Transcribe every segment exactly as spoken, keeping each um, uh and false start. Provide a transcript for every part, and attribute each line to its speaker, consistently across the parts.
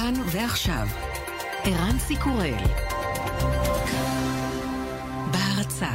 Speaker 1: כאן ועכשיו, ערן סיקורל בהרצה.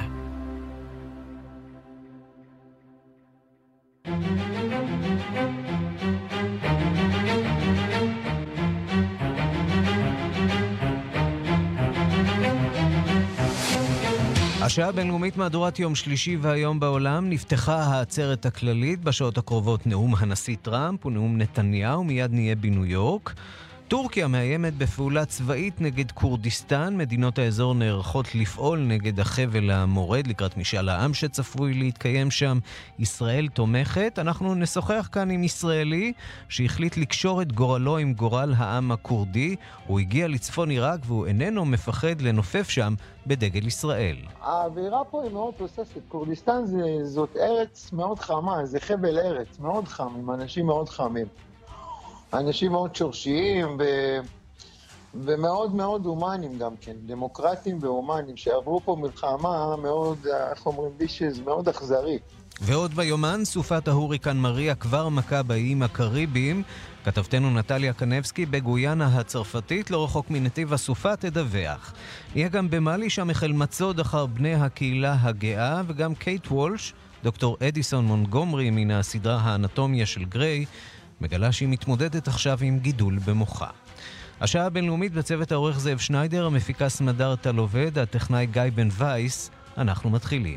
Speaker 2: השעה הבינלאומית מהדורת יום שלישי והיום בעולם. נפתחה העצרת הכללית, בשעות הקרובות נאום הנשיא טראמפ ונאום נתניהו, מיד נהיה בניו יורק. טורקיה מאיימת בפעולה צבאית נגד קורדיסטן, מדינות האזור נערכות לפעול נגד החבל המורד לקראת משאל העם שצפוי להתקיים שם. ישראל תומכת. אנחנו נשוחח כאן עם ישראלי שהחליט לקשור את גורלו עם גורל העם הקורדי. הוא הגיע לצפון עיראק והוא איננו מפחד לנופף שם בדגל ישראל.
Speaker 3: האווירה פה היא מאוד תוססת. קורדיסטן זה, זאת ארץ מאוד חמה, זה חבל ארץ מאוד חם, עם אנשים מאוד חמים. אנשים מאוד שורשיים ו... ומאוד מאוד הומנים גם כן, דמוקרטים והומנים שעברו פה מלחמה מאוד, איך אומרים, בישז, מאוד אכזרי.
Speaker 2: ועוד ביומן, סופת ההוריקן מריה כבר מכה באיים הקריביים. כתבתנו נטליה קנבסקי בגויאנה הצרפתית, לא רחוק מנתיב הסופה, תדווח. נהיה גם במאלי, שם החל מצוד אחר בני הקהילה הגאה, וגם קייט וולש, דוקטור אדיסון מונטגומרי מן הסדרה האנטומיה של גריי, מגלה שהיא מתמודדת עכשיו עם גידול במוחה. השעה הבינלאומית בצוות העורך זאב שניידר, המפיקה סמדר תלובד, הטכנאי גיא בן וייס. אנחנו מתחילים.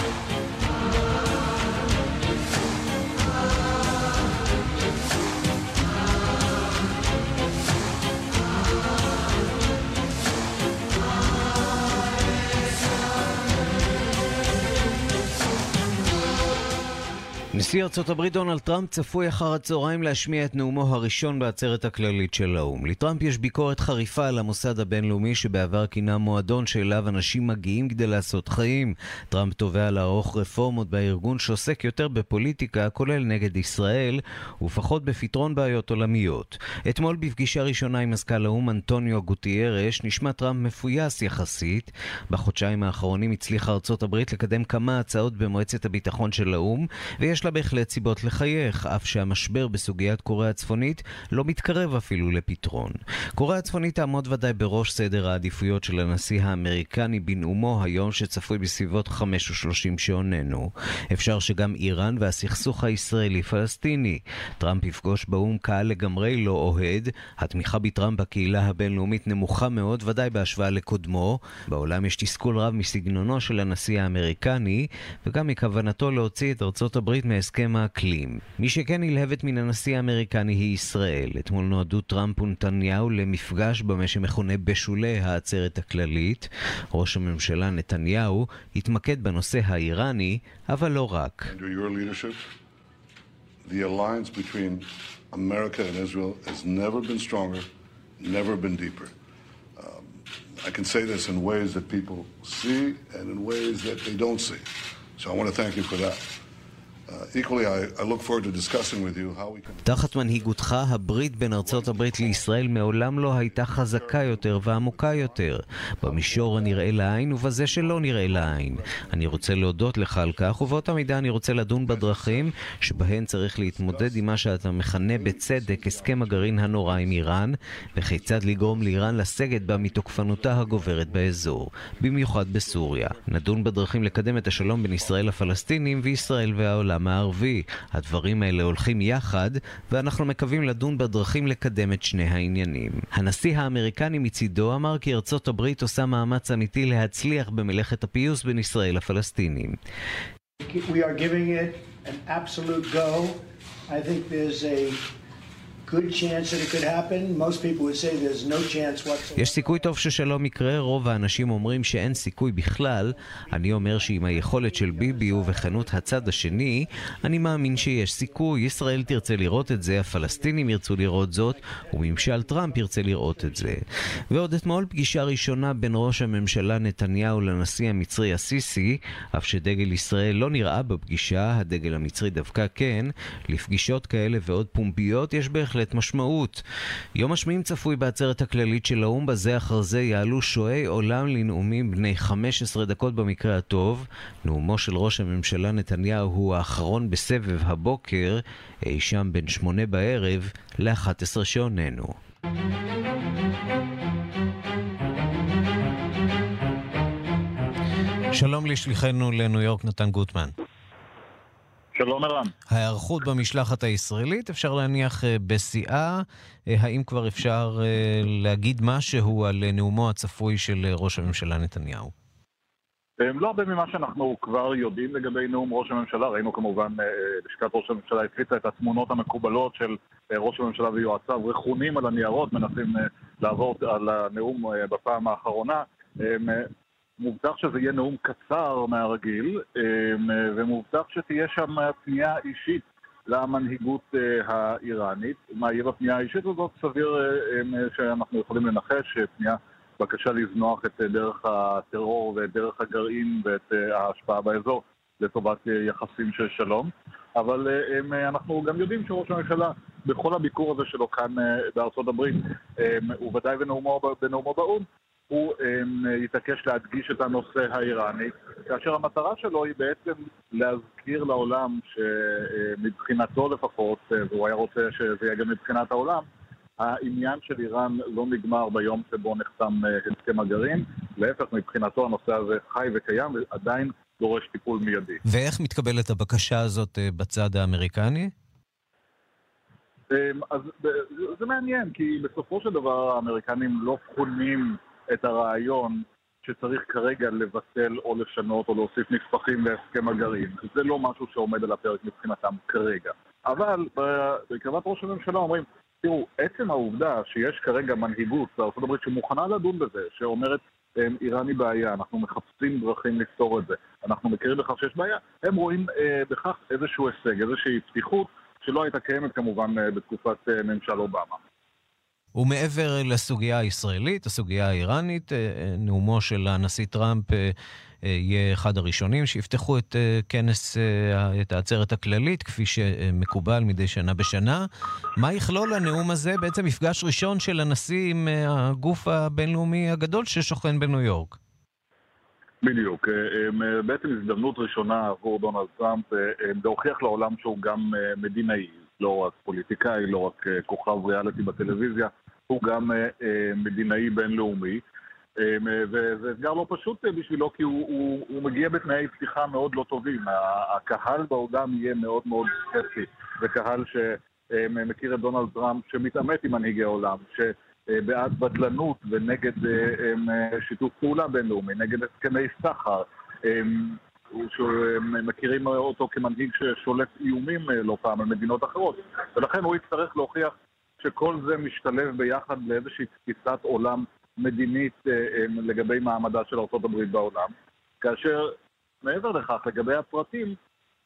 Speaker 2: נשיא ארצות הברית דונלד טראמפ צפוי אחר הצהריים להשמיע את נאומו הראשון בעצרת הכללית של האו"ם. לטראמפ יש ביקורת חריפה על המוסד הבינלאומי שבעבר כינה מועדון שאליו אנשים מגיעים כדי לעשות חיים. טראמפ תובע לערוך רפורמות בארגון שעוסק יותר בפוליטיקה, כולל נגד ישראל, ופחות בפתרון בעיות עולמיות. אתמול בפגישה ראשונה עם מזכ"ל האו"ם אנטוניו גוטיירש נשמע טראמפ מפויס יחסית. בחודשיים האחרונים הצליחה ארצות הברית לקדם כמה הצעות במועצת הביטחון של האו"ם, ויש לה בהחלט סיבות לחייך, אף שהמשבר בסוגיית קוריאה הצפונית לא מתקרב אפילו לפתרון. קוריאה הצפונית תעמוד ודאי בראש סדר העדיפויות של הנשיא האמריקני בנאומו היום, שצפוי בסביבות חמש ושלושים שעוננו. אפשר שגם איראן והסכסוך הישראלי-פלסטיני. טראמפ יפגוש באו"ם קהל לגמרי לא אוהד. התמיכה בטראמפ בקהילה הבינלאומית נמוכה מאוד, ודאי בהשוואה לקודמו. בעולם יש תסכול רב מסגנונו של הנשיא האמריקני, וגם מכוונתו להוציא את ארצות הברית מהסכם האקלים. מי שכן נלהבת מן הנשיא האמריקני היא ישראל. אתמול נועדו טראמפ ונתניהו למפגש במה שמכונה בשולי העצרת הכללית. ראש הממשלה נתניהו התמקד בנושא האיראני, אבל לא רק.
Speaker 4: Under your leadership, the alliance between America and Israel has never been stronger, never been deeper. Um, I can say this in ways that people see and in ways that they don't see. So I want to thank you for that. Uh, equally, I, I look forward to discussing with you how we can...
Speaker 2: תחת מנהיגותך, הברית בין ארצות הברית לישראל מעולם לא הייתה חזקה יותר ועמוקה יותר, במישור הנראה לעין ובזה שלא נראה לעין. אני רוצה להודות לך על כך, ובאותה מידה אני רוצה לדון בדרכים שבהן צריך להתמודד עם מה שאתה מכנה בצדק הסכם הגרעין הנורא עם איראן, וכיצד לגרום לאיראן לסגת בה מתוקפנותה הגוברת באזור, במיוחד בסוריה. נדון בדרכים לקדם את השלום בין ישראל לפלסטינים וישראל והעולם הערבי. הדברים האלה הולכים יחד, ואנחנו מקווים לדון בדרכים לקדם את שני העניינים. הנשיא האמריקני מצידו אמר כי ארצות הברית עושה מאמץ אמיתי להצליח במלאכת הפיוס בין ישראל לפלסטינים.
Speaker 5: We are giving it an absolute go. I think there's a good chance that it could happen. Most people would say there's no chance whatsoever.
Speaker 2: יש סיכוי טוב ששלום יקרה. רוב האנשים אומרים שאין סיכוי בכלל. אני אומר שעם היכולת של ביבי ובכנות הצד השני, אני מאמין שיש סיכוי. ישראל תרצה לראות את זה, הפלסטינים ירצו לראות זאת, וממשל טראמפ ירצה לראות את זה. ועוד אתמול פגישה ראשונה בין ראש הממשלה נתניהו לנשיא המצרי הסיסי, אף שדגל ישראל לא נראה בפגישה, הדגל המצרי דווקא כן. לפגישות כאלה ועוד פומביות יש בהחלט משמעות. יום השמיעים צפוי בעצרת הכללית של האו"ם, בזה אחר זה יעלו שועי עולם לנאומים בני חמש עשרה דקות במקרה הטוב. נאומו של ראש הממשלה נתניהו הוא האחרון בסבב הבוקר, אי שם בין שמונה בערב ל-אחת עשרה שעוננו. שלום לשליחנו לניו יורק נתן גוטמן.
Speaker 6: שלום ערן.
Speaker 2: ההיערכות במשלחת הישראלית אפשר להניח בשיאה. האם כבר אפשר להגיד משהו על נאומו הצפוי של ראש הממשלה נתניהו?
Speaker 6: לא הרבה ממה שאנחנו כבר יודעים לגבי נאום ראש הממשלה. ראינו כמובן, לשכת ראש הממשלה הפיצה את התמונות המקובלות של ראש הממשלה ויועציו רכונים על הניירות, מנסים לעבור על הנאום בפעם האחרונה. מובטח שזה יהיה נאום קצר מהרגיל, ומובטח שתהיה שם פנייה אישית למנהיגות האיראנית. מה יהיה בפנייה האישית הזאת? סביר שאנחנו יכולים לנחש פנייה בקשה לזנוח את דרך הטרור ואת דרך הגרעין ואת ההשפעה באזור לטובת יחסים של שלום. אבל אנחנו גם יודעים שראש הממשלה בכל הביקור הזה שלו כאן בארצות הברית, ובוודאי בנאומו, בנאומו באום, הוא יתעקש להדגיש את הנושא האיראני, כאשר המטרה שלו היא בעצם להזכיר לעולם שמבחינתו לפחות, והוא היה רוצה שזה יהיה גם מבחינת העולם, העניין של איראן לא נגמר ביום שבו נחתם הסכם הגרעין, להפך מבחינתו הנושא הזה חי וקיים ועדיין דורש טיפול מיידי.
Speaker 2: ואיך מתקבלת הבקשה הזאת בצד האמריקני?
Speaker 6: אז זה מעניין, כי בסופו של דבר האמריקנים לא קונים את הרעיון שצריך כרגע לבטל או לשנות או להוסיף נספחים להסכם הגרעין. זה לא משהו שעומד על הפרק מבחינתם כרגע. אבל בקרבת ראש הממשלה אומרים, תראו, עצם העובדה שיש כרגע מנהיגות בארצות הברית שמוכנה לדון בזה, שאומרת איראן היא בעיה, אנחנו מחפשים דרכים לפתור את זה, אנחנו מכירים בכך שיש בעיה, הם רואים אה, בכך איזשהו הישג, איזושהי פתיחות שלא הייתה קיימת כמובן בתקופת אה, ממשל אובמה.
Speaker 2: ומעבר לסוגיה הישראלית, הסוגיה האיראנית, נאומו של הנשיא טראמפ יהיה אחד הראשונים שיפתחו את כנס, את העצרת הכללית, כפי שמקובל מדי שנה בשנה. מה יכלול הנאום הזה? בעצם מפגש ראשון של הנשיא עם הגוף הבינלאומי הגדול ששוכן בניו יורק.
Speaker 6: בדיוק. בעצם הזדמנות ראשונה עבור דונלד טראמפ להוכיח לעולם שהוא גם מדינאי, לא רק פוליטיקאי, לא רק כוכב ריאליטי בטלוויזיה, הוא גם מדינאי בינלאומי. וזה אתגר לא פשוט בשבילו, כי הוא, הוא, הוא מגיע בתנאי פתיחה מאוד לא טובים. הקהל בעולם יהיה מאוד מאוד סקפטי, וקהל שמכיר את דונלד טראמפ שמתעמת עם מנהיגי העולם, שבעד בדלנות ונגד שיתוף פעולה בינלאומי, נגד הסכמי סחר, שמכירים אותו כמנהיג ששולט איומים לא פעם על מדינות אחרות. ולכן הוא יצטרך להוכיח שכל זה משתלב ביחד לאיזושהי תפיסת עולם מדינית לגבי מעמדה של ארצות הברית בעולם. כאשר מעבר לכך, לגבי הפרטים...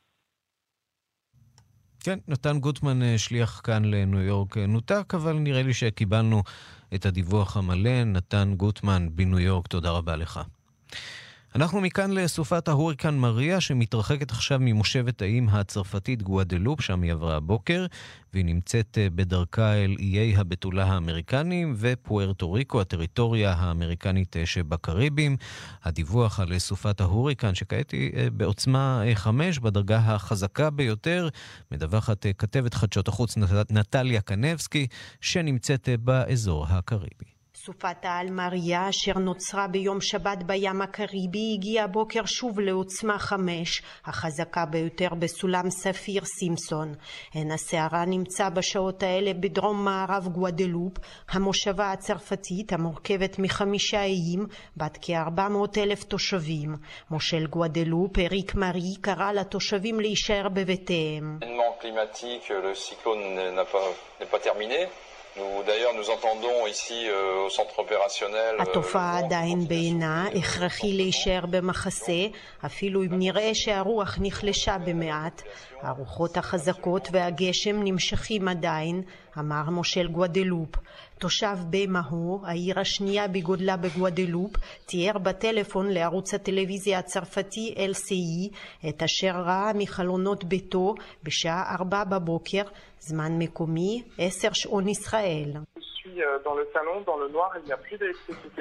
Speaker 2: כן, נתן גוטמן שליח כאן לניו יורק נותק, אבל נראה לי שקיבלנו את הדיווח המלא. נתן גוטמן בניו יורק, תודה רבה לך. אנחנו מכאן לסופת ההוריקן מריה, שמתרחקת עכשיו ממושבת האיים הצרפתית גואדלופ, שם היא עברה הבוקר, והיא נמצאת בדרכה אל איי הבתולה האמריקניים ופוארטו ריקו, הטריטוריה האמריקנית שבקריבים. הדיווח על סופת ההוריקן, שכעת היא בעוצמה חמש, בדרגה החזקה ביותר, מדווחת כתבת חדשות החוץ נטליה קנבסקי, שנמצאת באזור הקריבי.
Speaker 7: סופת העל מריה, אשר נוצרה ביום שבת בים הקריבי, הגיעה בוקר שוב לעוצמה חמש, החזקה ביותר בסולם ספיר סימפסון. הן הסערה נמצא בשעות האלה בדרום מערב גואדלופ, המושבה הצרפתית המורכבת מחמישה איים, בת כ-ארבע מאות אלף תושבים. מושל גואדלופ, אריק מארי, קרא לתושבים להישאר בביתיהם.
Speaker 8: l'événement climatique, le cyclone n'est pas, n'est pas terminé. Nous, d'ailleurs, nous entendons ici euh, au centre opérationnel...
Speaker 7: התופעה עדיין בעינה, הכרחי להישאר במחסה, אפילו אם נראה שהרוח נחלשה במעט. הרוחות החזקות והגשם נמשכים עדיין, אמר מושל גואדלופ. תושב במהו, העיר השנייה בגודלה בגואדלופ, תיאר בטלפון לערוץ הטלוויזיה הצרפתי אל סי אי את אשר ראה מחלונות ביתו בשעה ארבע בבוקר, זמן מקומי, עשר שעון ישראל.
Speaker 9: Je suis dans le salon, dans le noir, il n'y a plus d'électricité.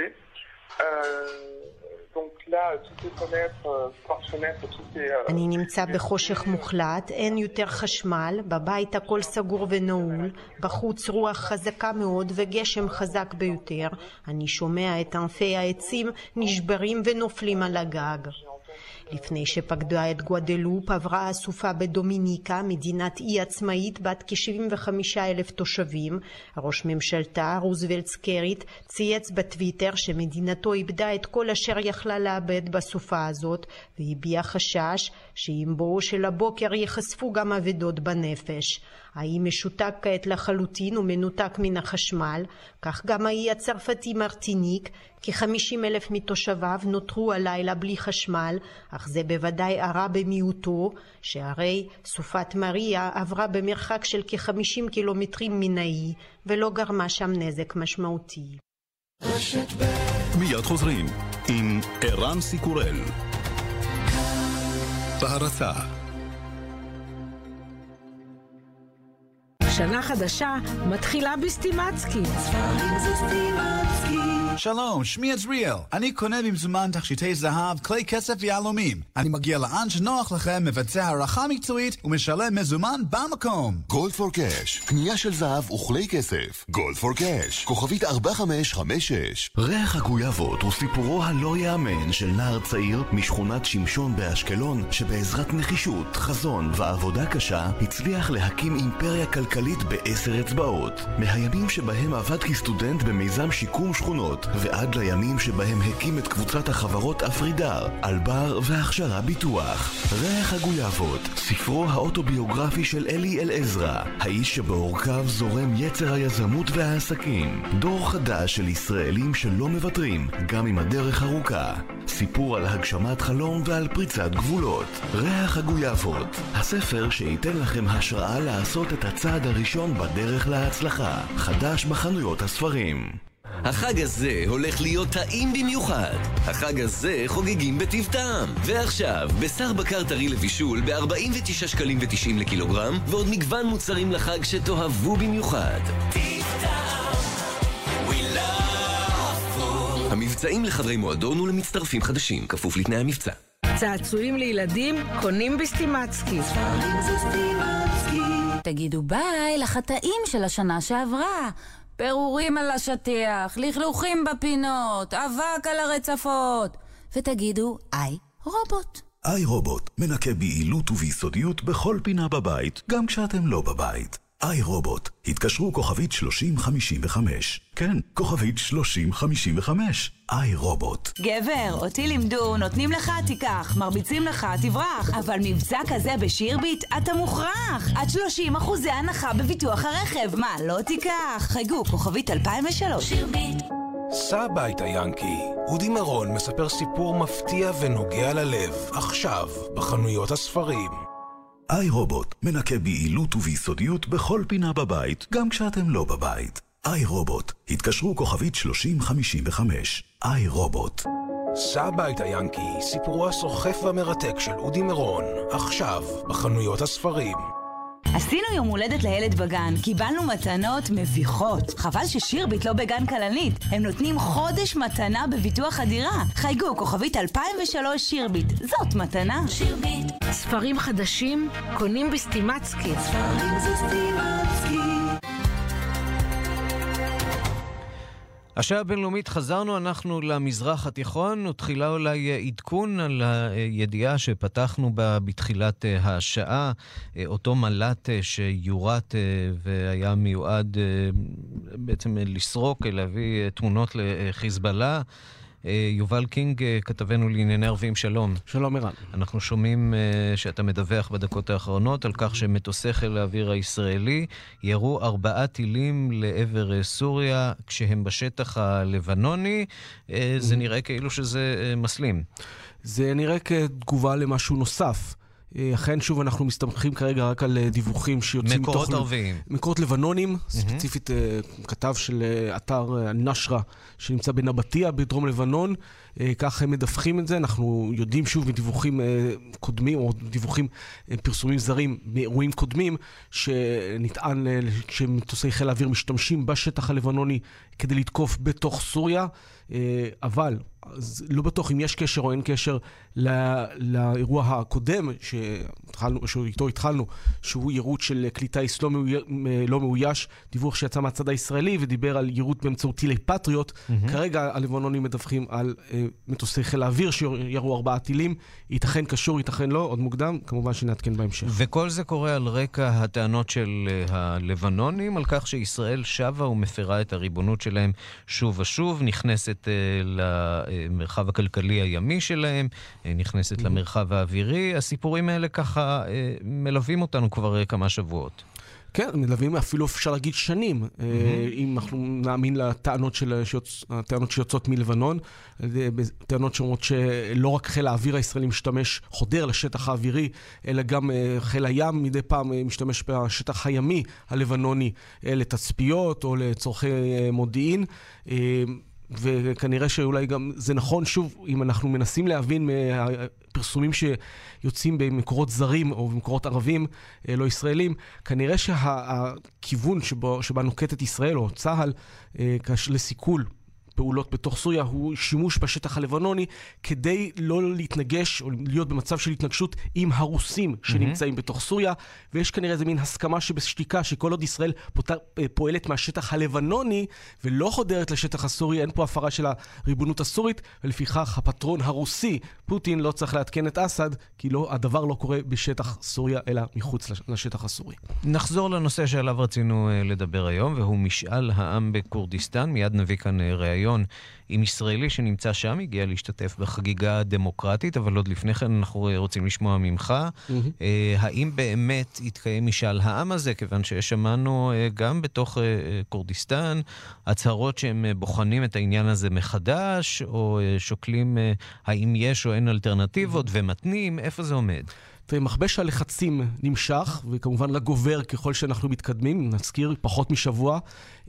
Speaker 9: Donc là, toutes les fenêtres, portes-fenêtres, tout est...
Speaker 7: אני נמצא בחושך מוחלט, אין יותר חשמל, בבית הכל סגור ונעול, בחוץ רוח חזקה מאוד וגשם חזק ביותר. אני שומע את ענפי העצים נשברים ונופלים על הגג. לפני שפקדה את גואדלופ עברה הסופה בדומיניקה, מדינת אי עצמאית בת כ-שבעים וחמישה אלף תושבים. ראש ממשלתה רוזוולט סקריט צייץ בטוויטר שמדינתו איבדה את כל אשר יכלה לאבד בסופה הזאת, והביע חשש שעם בואו של הבוקר יחשפו גם אבדות בנפש. האי משותק כעת לחלוטין ומנותק מן החשמל, כך גם האי הצרפתי מרטיניק, כ-חמישים אלף מתושביו נותרו הלילה בלי חשמל, אך זה בוודאי הרע במיעוטו, שהרי סופת מריה עברה במרחק של כ-חמישים קילומטרים מן האי, ולא גרמה שם נזק משמעותי.
Speaker 10: מיד חוזרים עם ערן סיקורל. בהרצה
Speaker 11: שנה חדשה מתחילה בסטימצקי.
Speaker 12: שלום, שמי עזריאל. אני קונה במזומן תכשיטי זהב, כלי כסף ויהלומים. אני מגיע לאן שנוח לכם, מבצע הערכה מקצועית ומשלם מזומן במקום.
Speaker 13: גולד פור קאש, קנייה של זהב וכלי כסף. גולד פור קאש, כוכבית ארבע חמש חמש שש.
Speaker 14: ריח הגויאבות הוא סיפורו הלא יאמן של נער צעיר משכונת שמשון באשקלון, שבעזרת נחישות, חזון ועבודה קשה הצליח להקים אימפריה כלכלית בעשר אצבעות. מהימים שבהם עבד כסטודנט במיזם שיקום שכונות ועד לימים שבהם הקים את קבוצת החברות אפרידר, אלבר והכשרה ביטוח. ריח הגויאבות, ספרו האוטוביוגרפי של אלי אלעזרה, האיש שבאורכיו זורם יצר היזמות והעסקים. דור חדש של ישראלים שלא מוותרים, גם אם הדרך ארוכה. סיפור על הגשמת חלום ועל פריצת גבולות. ריח הגויאבות, הספר שייתן לכם השראה לעשות את הצעד הראשון בדרך להצלחה. חדש בחנויות הספרים.
Speaker 15: החג הזה הולך להיות טעים במיוחד. החג הזה חוגגים בטיב טעם. ועכשיו, בשר בקר טרי לבישול ב-ארבעים ותשעה שקלים ותשעים לקילוגרם, ועוד מגוון מוצרים לחג שתאהבו במיוחד. טיב טעם, we love food. המבצעים לחברי מועדון ולמצטרפים חדשים, כפוף לתנאי המבצע.
Speaker 11: צעצועים לילדים קונים בסטימצקי.
Speaker 16: תגידו ביי לחטאים של השנה שעברה. פירורים על השטיח, לכלוכים בפינות, אבק על הרצפות. ותגידו, איי רובוט.
Speaker 10: איי רובוט מנקה ביעילות וביסודיות בכל פינה בבית, גם כשאתם לא בבית. איי רובוט, התקשרו כוכבית שלושים חמישים וחמש. כן, כוכבית שלושים חמישים וחמש. איי רובוט.
Speaker 17: גבר, אותי לימדו, נותנים לך תיקח, מרביצים לך תברח, אבל מבצע כזה בשירביט אתה מוכרח. עד שלושים אחוזי הנחה בביטוח הרכב. מה, לא תיקח? חייגו כוכבית אלפיים ושלוש. שירביט.
Speaker 18: סע הביתה ינקי. אודי מרון מספר סיפור מפתיע ונוגע ללב, עכשיו בחנויות הספרים.
Speaker 10: איי רובוט מנקה ביעילות וביסודיות בכל פינה בבית, גם כשאתם לא בבית. איי רובוט, התקשרו כוכבית שלושים חמישים וחמש. איי רובוט.
Speaker 18: סע הביתה ינקי, סיפורו הסוחף והמרתק של אודי מרון, עכשיו בחנויות הספרים.
Speaker 17: עשינו יום הולדת לילד בגן, קיבלנו מתנות מביכות. חבל ששירביט לא בגן כלנית, הם נותנים חודש מתנה בביטוח הדירה. חייגו כוכבית אלפיים ושלוש שירביט, זאת מתנה. שירביט.
Speaker 11: ספרים חדשים קונים בסטימצקי. ספרים זה סטימצקי.
Speaker 2: השעה הבינלאומית, חזרנו אנחנו למזרח התיכון, ותחילה אולי עדכון על הידיעה שפתחנו בה בתחילת השעה, אותו מל"ט שיורט והיה מיועד בעצם לסרוק, להביא תמונות לחיזבאללה. יובל קינג, כתבנו לענייני ערבים, שלום.
Speaker 19: שלום ערן.
Speaker 2: אנחנו שומעים שאתה מדווח בדקות האחרונות על כך שמטוסי חיל האוויר הישראלי ירו ארבעה טילים לעבר סוריה כשהם בשטח הלבנוני. זה נראה כאילו שזה מסלים.
Speaker 19: זה נראה כתגובה למשהו נוסף. אכן שוב אנחנו מסתמכים כרגע רק על דיווחים שיוצאים
Speaker 2: מקורות ערביים.
Speaker 19: מקורות לבנונים, mm-hmm. ספציפית כתב של אתר נשרה שנמצא בנבטיה בדרום לבנון, כך הם מדווחים את זה. אנחנו יודעים שוב מדיווחים קודמים או דיווחים פרסומים זרים מאירועים קודמים שנטען שמטוסי חיל האוויר משתמשים בשטח הלבנוני כדי לתקוף בתוך סוריה, אבל לא בטוח אם יש קשר או אין קשר לא, לאירוע הקודם שהתחלנו, שאיתו התחלנו, שהוא יירוט של כלי טיס לא, מאוי, לא מאויש, דיווח שיצא מהצד הישראלי ודיבר על יירוט באמצעות טילי פטריוט. Mm-hmm. כרגע הלבנונים מדווחים על אה, מטוסי חיל האוויר שירו ארבעה טילים. ייתכן קשור, ייתכן לא, עוד מוקדם, כמובן שנעדכן בהמשך.
Speaker 2: וכל זה קורה על רקע הטענות של הלבנונים, על כך שישראל שבה ומפרה את הריבונות שלהם שוב ושוב, נכנסת למרחב הכלכלי הימי שלהם, נכנסת למרחב האווירי. הסיפורים האלה ככה מלווים אותנו כבר כמה שבועות.
Speaker 19: כן, מלווים אפילו אפשר להגיד שנים, mm-hmm. אם אנחנו נאמין לטענות של, הטענות שיוצאות מלבנון, טענות שאומרות שלא רק חיל האוויר הישראלי משתמש, חודר לשטח האווירי, אלא גם חיל הים מדי פעם משתמש בשטח הימי הלבנוני לתצפיות או לצורכי מודיעין, וכנראה שאולי גם זה נכון, שוב, אם אנחנו מנסים להבין מהפרסומים שיוצאים במקורות זרים או במקורות ערבים, לא ישראלים, כנראה שהכיוון שבו, שבה נוקטת ישראל או צהל לסיכול פעולות בתוך סוריה הוא שימוש בשטח הלבנוני כדי לא להתנגש או להיות במצב של התנגשות עם הרוסים שנמצאים mm-hmm. בתוך סוריה, ויש כנראה איזה מין הסכמה שבשתיקה שכל עוד ישראל פותר, פועלת מהשטח הלבנוני ולא חודרת לשטח הסורי, אין פה הפרה של הריבונות הסורית, ולפיכך הפטרון הרוסי פוטין לא צריך להתקן את אסד, כי לא, הדבר לא קורה בשטח סוריה אלא מחוץ לשטח הסורי.
Speaker 2: נחזור לנושא שעליו רצינו לדבר היום, והוא משאל העם בקורדיסטן. מיד נביא כאן ראיון עם ישראלי שנמצא שם, הגיע להשתתף בחגיגה דמוקרטית, אבל עוד לפני כן אנחנו רוצים לשמוע ממך, mm-hmm. האם באמת יתקיים משאל העם הזה, כיוון ששמענו גם בתוך קורדיסטן הצהרות שהם בוחנים את העניין הזה מחדש, או שוקלים האם יש או אין אלטרנטיבות, mm-hmm. ומתנים, איפה זה עומד?
Speaker 19: מכבש הלחצים נמשך, וכמובן לגובר ככל שאנחנו מתקדמים, נזכיר פחות משבוע,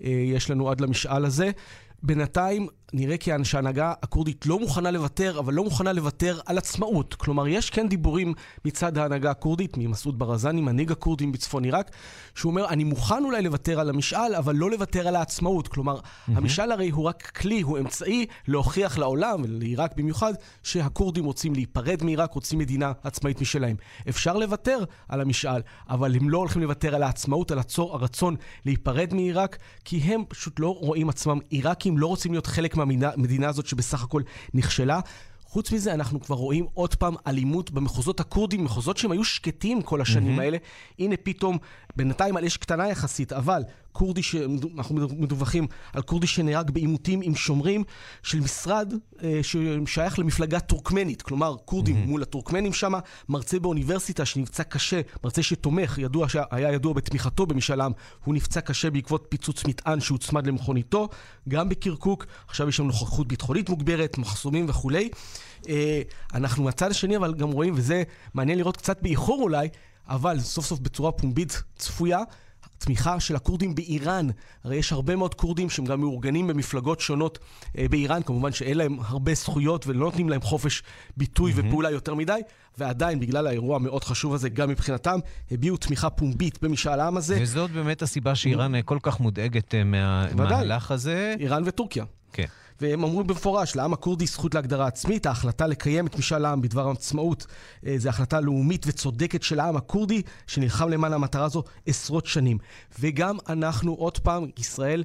Speaker 19: יש לנו עד למשאל הזה. בינתיים נראה כי שההנהגה הקורדית לא מוכנה לוותר, אבל לא מוכנה לוותר על עצמאות. כלומר, יש כן דיבורים מצד ההנהגה הקורדית, ממסעוד ברזני, מנהיג הקורדים בצפון עיראק, שהוא אומר, אני מוכן אולי לוותר על המשאל, אבל לא לוותר על העצמאות. כלומר, mm-hmm. המשאל הרי הוא רק כלי, הוא אמצעי להוכיח לעולם, ולעיראק במיוחד, שהקורדים רוצים להיפרד מעיראק, רוצים מדינה עצמאית משלהם. אפשר לוותר על המשאל, אבל הם לא הולכים לוותר על העצמאות, על הצור, הרצון להיפרד מעיראק, כי הם פשוט לא רואים עצמם עיראקים, לא רוצים להיות חלק מהמדינה הזאת שבסך הכל נכשלה. חוץ מזה, אנחנו כבר רואים עוד פעם אלימות במחוזות הקורדים, מחוזות שהם היו שקטים כל השנים mm-hmm. האלה. הנה פתאום, בינתיים על אש קטנה יחסית, אבל קורדי שאנחנו מדווחים על קורדי שנהרג בעימותים עם שומרים של משרד אה, ששייך למפלגה טורקמנית, כלומר קורדים mm-hmm. מול הטורקמנים שם, מרצה באוניברסיטה שנפצע קשה, מרצה שתומך, ידוע שהיה ידוע בתמיכתו במשאל עם, הוא נפצע קשה בעקבות פיצוץ מטען שהוצמד למכוניתו, גם בקירקוק, עכשיו יש שם נוכחות ביטחונית מוגברת, מחסומים וכולי. אה, אנחנו מהצד השני אבל גם רואים, וזה מעניין לראות קצת באיחור אולי, אבל סוף סוף בצורה פומבית צפויה, תמיכה של הקורדים באיראן. הרי יש הרבה מאוד קורדים שהם גם מאורגנים במפלגות שונות אה, באיראן, כמובן שאין להם הרבה זכויות ולא נותנים להם חופש ביטוי mm-hmm. ופעולה יותר מדי, ועדיין בגלל האירוע המאוד חשוב הזה, גם מבחינתם, הביאו תמיכה פומבית במשאל העם הזה.
Speaker 2: וזאת באמת הסיבה שאיראן mm-hmm. כל כך מודאגת מהמהלך הזה.
Speaker 19: איראן וטורקיה.
Speaker 2: כן. Okay.
Speaker 19: והם אמרו במפורש, לעם הקורדי זכות להגדרה עצמית, ההחלטה לקיים את משאל העם בדבר עצמאות, זו החלטה לאומית וצודקת של העם הקורדי, שנלחם למען המטרה הזו עשרות שנים. וגם אנחנו עוד פעם, ישראל,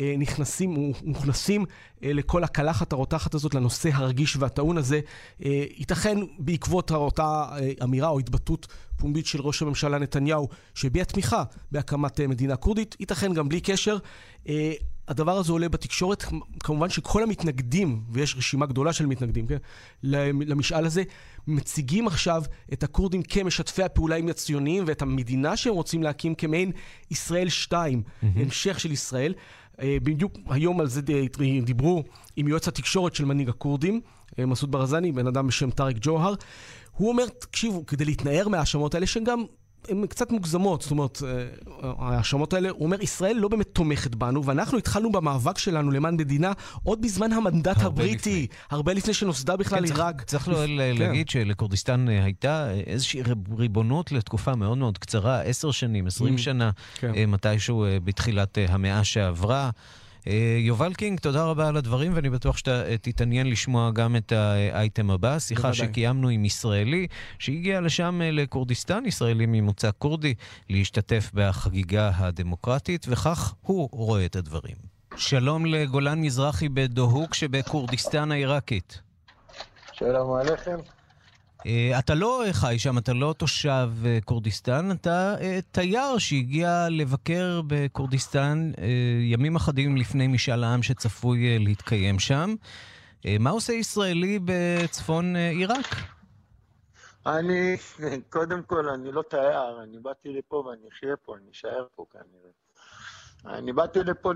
Speaker 19: נכנסים ומוכנסים לכל הקלחת הרותחת הזאת, לנושא הרגיש והטעון הזה, ייתכן בעקבות אותה אמירה או התבטאות פומבית של ראש הממשלה נתניהו, שהביע תמיכה בהקמת מדינה קורדית, ייתכן גם בלי קשר. הדבר הזה עולה בתקשורת, כמובן שכל המתנגדים, ויש רשימה גדולה של מתנגדים, כן? למשאל הזה, מציגים עכשיו את הקורדים כמשתפי הפעולה עם הציוניים, ואת המדינה שהם רוצים להקים כמעין ישראל שתיים, mm-hmm. המשך של ישראל. בדיוק היום על זה דיברו עם יועץ התקשורת של מנהיג הקורדים, מסעוד ברזני, בן אדם בשם טאריק ג'והר. הוא אומר, תקשיבו, כדי להתנער מההאשמות האלה, שהן גם הן קצת מוגזמות, זאת אומרת, ההאשמות האלה, הוא אומר, ישראל לא באמת תומכת בנו, ואנחנו התחלנו במאבק שלנו למען מדינה עוד בזמן המנדט הבריטי, הרבה לפני שנוסדה בכלל עיראק.
Speaker 2: צריך להגיד שלקורדיסטן הייתה איזושהי ריבונות לתקופה מאוד מאוד קצרה, עשר שנים, עשרים שנה, מתישהו בתחילת המאה שעברה. יובל קינג, תודה רבה על הדברים, ואני בטוח שאתה תתעניין לשמוע גם את האייטם הבא, שיחה שקיימנו עם ישראלי שהגיע לשם לקורדיסטן, ישראלי ממוצא קורדי, להשתתף בחגיגה הדמוקרטית, וכך הוא רואה את הדברים. שלום לגולן מזרחי בדוהוק שבקורדיסטן העיראקית.
Speaker 3: שלום עליכם.
Speaker 2: אתה לא חי שם, אתה לא תושב קורדיסטן, אתה תייר שהגיע לבקר בקורדיסטן ימים אחדים לפני משאל העם שצפוי להתקיים שם. מה עושה ישראלי בצפון עיראק?
Speaker 3: אני, קודם כל, אני לא תייר, אני באתי לפה ואני אחיה פה, אני אשאר פה כנראה. אני באתי לפה ל...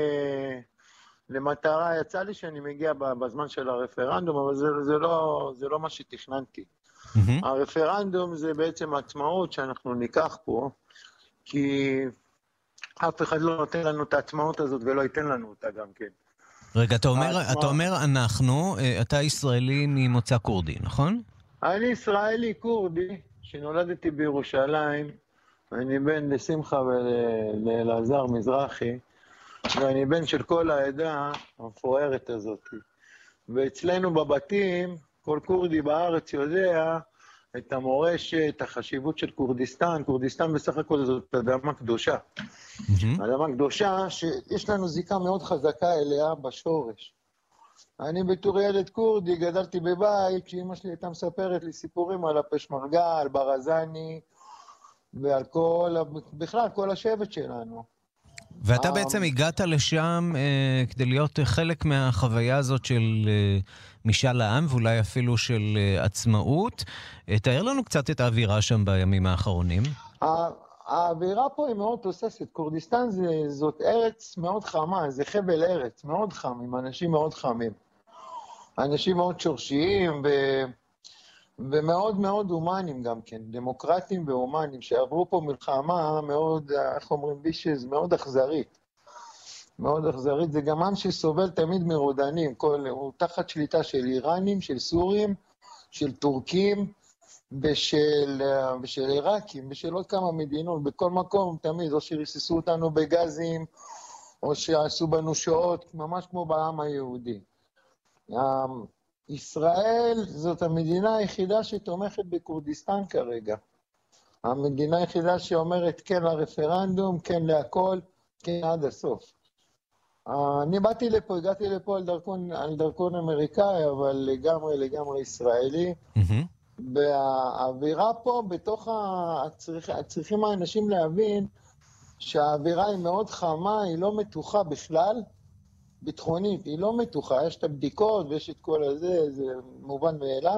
Speaker 3: למטרה, יצא לי שאני מגיע בזמן של הרפרנדום, אבל זה, זה, לא, זה לא מה שתכננתי. Mm-hmm. הרפרנדום זה בעצם העצמאות שאנחנו ניקח פה, כי אף אחד לא נותן לנו את העצמאות הזאת ולא ייתן לנו אותה גם כן.
Speaker 2: רגע, אתה אומר,
Speaker 3: העצמא...
Speaker 2: אתה אומר אנחנו, אתה ישראלי ממוצא קורדי, נכון?
Speaker 3: אני ישראלי קורדי, שנולדתי בירושלים, אני בן לשמחה ולאלעזר מזרחי, ואני בן של כל העדה המפוארת הזאת. ואצלנו בבתים, כל קורדי בארץ יודע את המורשת, החשיבות של קורדיסטן. קורדיסטן בסך הכל זאת אדמה קדושה. Mm-hmm. אדמה קדושה שיש לנו זיקה מאוד חזקה אליה בשורש. אני בתור ילד קורדי גדלתי בבית, שאמא שלי הייתה מספרת לי סיפורים על הפשמרגה, על ברזני, ועל כל, בכלל כל השבט שלנו.
Speaker 2: ואתה בעצם הגעת לשם אה, כדי להיות חלק מהחוויה הזאת של אה, משאל העם, ואולי אפילו של אה, עצמאות. אה, תאר לנו קצת את האווירה שם בימים האחרונים.
Speaker 3: האווירה פה היא מאוד תוססת. קורדיסטן זה, זאת ארץ מאוד חמה, זה חבל ארץ מאוד חם, עם אנשים מאוד חמים. אנשים מאוד שורשיים ו... ומאוד מאוד הומנים גם כן, דמוקרטים והומנים, שעברו פה מלחמה מאוד, איך אומרים בישז, מאוד אכזרית. מאוד אכזרית, זה גם עם שסובל תמיד מרודנים, כל, הוא תחת שליטה של איראנים, של סורים, של טורקים, ושל, ושל עיראקים, ושל עוד כמה מדינות, בכל מקום תמיד, או שריססו אותנו בגזים, או שעשו בנו שעות, ממש כמו בעם היהודי. ישראל זאת המדינה היחידה שתומכת בקורדיסטן כרגע. המדינה היחידה שאומרת כן לרפרנדום, כן להכל, כן עד הסוף. אני באתי לפה, הגעתי לפה על דרכון, על דרכון אמריקאי, אבל לגמרי, לגמרי ישראלי. והאווירה פה, בתוך הצריך, צריכים האנשים להבין שהאווירה היא מאוד חמה, היא לא מתוחה בכלל, ביטחונית, היא לא מתוחה, יש את הבדיקות ויש את כל הזה, זה מובן מאליו.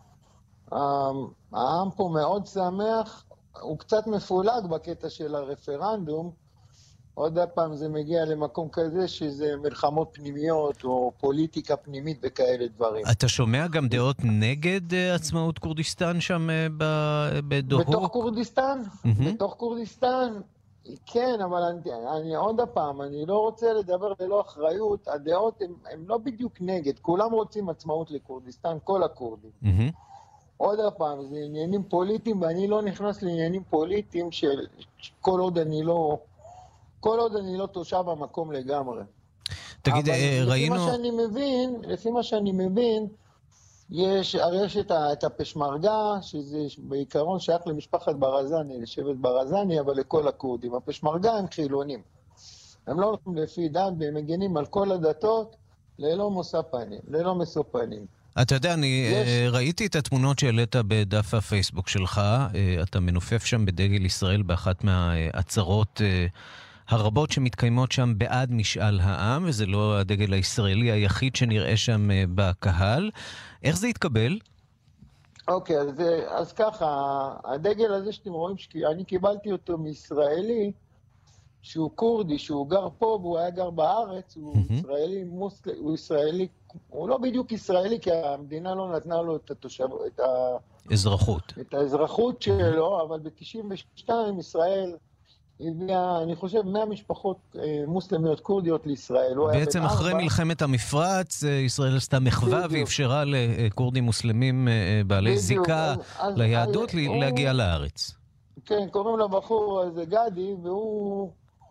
Speaker 3: העם פה מאוד שמח, הוא קצת מפולג בקטע של הרפרנדום, עוד פעם זה מגיע למקום כזה שזה מלחמות פנימיות או פוליטיקה פנימית וכאלה דברים.
Speaker 2: אתה שומע גם דעות נגד עצמאות קורדיסטן שם בדוהוק?
Speaker 3: בתוך קורדיסטן? בתוך קורדיסטן? כן, אבל אני, אני עוד הפעם, אני לא רוצה לדבר ללא אחריות, הדעות הן לא בדיוק נגד, כולם רוצים עצמאות לקורדיסטן, כל הקורדים. Mm-hmm. עוד הפעם, זה עניינים פוליטיים, ואני לא נכנס לעניינים פוליטיים של כל עוד אני לא, כל עוד אני לא תושב במקום לגמרי.
Speaker 2: תגיד,
Speaker 3: אבל
Speaker 2: ראינו...
Speaker 3: לפי מה שאני מבין, לפי מה שאני מבין, יש, הרי יש את, את הפשמרגה, שזה בעיקרון שייך למשפחת ברזני, לשבט ברזני, אבל לכל הקורדים. הפשמרגה הם חילונים. הם לא הולכים לפי דת, והם מגנים על כל הדתות, ללא מושא פנים, ללא משוא פנים.
Speaker 2: אתה יודע, אני יש... ראיתי את התמונות שהעלית בדף הפייסבוק שלך, אתה מנופף שם בדגל ישראל באחת מהעצרות הרבות שמתקיימות שם בעד משאל העם, וזה לא הדגל הישראלי היחיד שנראה שם בקהל. איך זה התקבל?
Speaker 3: אוקיי, אז, אז ככה, הדגל הזה שאתם רואים, אני קיבלתי אותו מישראלי, שהוא קורדי, שהוא גר פה, והוא היה גר בארץ, הוא mm-hmm. ישראלי מוסלם, הוא ישראלי, הוא לא בדיוק ישראלי, כי המדינה לא נתנה לו את התושב, את
Speaker 2: האזרחות.
Speaker 3: את האזרחות שלו, אבל ב-תשעים ושתיים ישראל הביאה, אני חושב, מאה משפחות מוסלמיות קורדיות לישראל.
Speaker 2: בעצם אחרי ארבע... מלחמת המפרץ, ישראל עשתה מחווה ואפשרה לקורדים מוסלמים בעלי בדיוק. זיקה אז, ליהדות אז, להגיע הוא... לארץ.
Speaker 3: כן, קוראים לבחור הזה גדי, והוא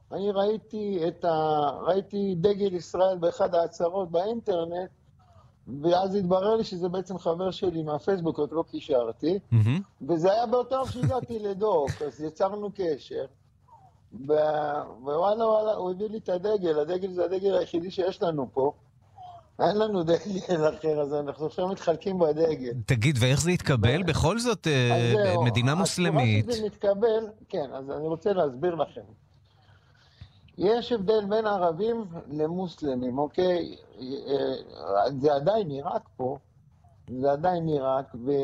Speaker 3: אני ראיתי את ה... ראיתי דגל ישראל באחד העצרות באינטרנט, ואז התברר לי שזה בעצם חבר שלי מהפייסבוק, עוד לא קישרתי, mm-hmm. וזה היה באותו יום שהגעתי לדוק, אז יצרנו קשר, ו... ווואלה וואלה, הוא הביא לי את הדגל, הדגל זה הדגל היחידי שיש לנו פה, אין לנו דגל אחר, אז אנחנו עכשיו מתחלקים בדגל.
Speaker 2: תגיד, ואיך זה יתקבל? ו... בכל זאת, זהו, מדינה מוסלמית.
Speaker 3: התשובה שזה מתקבל, כן, אז אני רוצה להסביר לכם. יש הבדל בין ערבים למוסלמים, אוקיי? זה עדיין עיראק פה, זה עדיין עיראק, ו...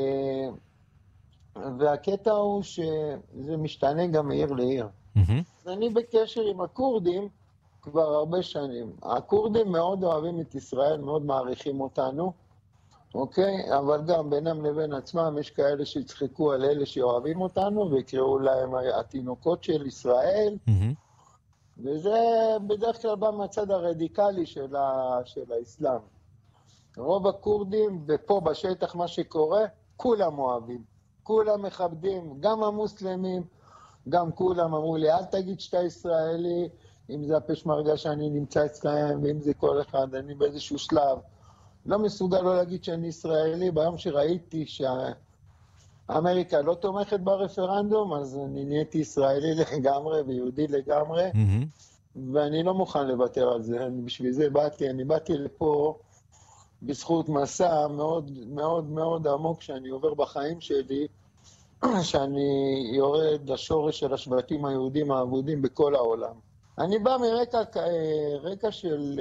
Speaker 3: והקטע הוא שזה משתנה גם מעיר לעיר. Mm-hmm. אני בקשר עם הקורדים כבר הרבה שנים. הקורדים מאוד אוהבים את ישראל, מאוד מעריכים אותנו, אוקיי? אבל גם בינם לבין עצמם יש כאלה שיצחקו על אלה שאוהבים אותנו, ויקראו להם התינוקות של ישראל, mm-hmm. וזה בדרך כלל בא מהצד הרדיקלי של, ה... של האסלאם. רוב הקורדים, ופה בשטח מה שקורה, כולם אוהבים, כולם מכבדים, גם המוסלמים, גם כולם אמרו לי, אל תגיד שאתה ישראלי, אם זה הפשמרגה שאני נמצא אצלהם, ואם זה כל אחד, אני באיזשהו שלב. לא מסוגל לא להגיד שאני ישראלי, ביום שראיתי שאמריקה לא תומכת ברפרנדום, אז אני נהייתי ישראלי לגמרי ויהודי לגמרי, mm-hmm. ואני לא מוכן לוותר על זה, אני בשביל זה באתי, אני באתי לפה בזכות מסע מאוד מאוד מאוד עמוק שאני עובר בחיים שלי, שאני יורד לשורש של השבטים היהודים העבודים בכל העולם. אני בא מרקע רקע של,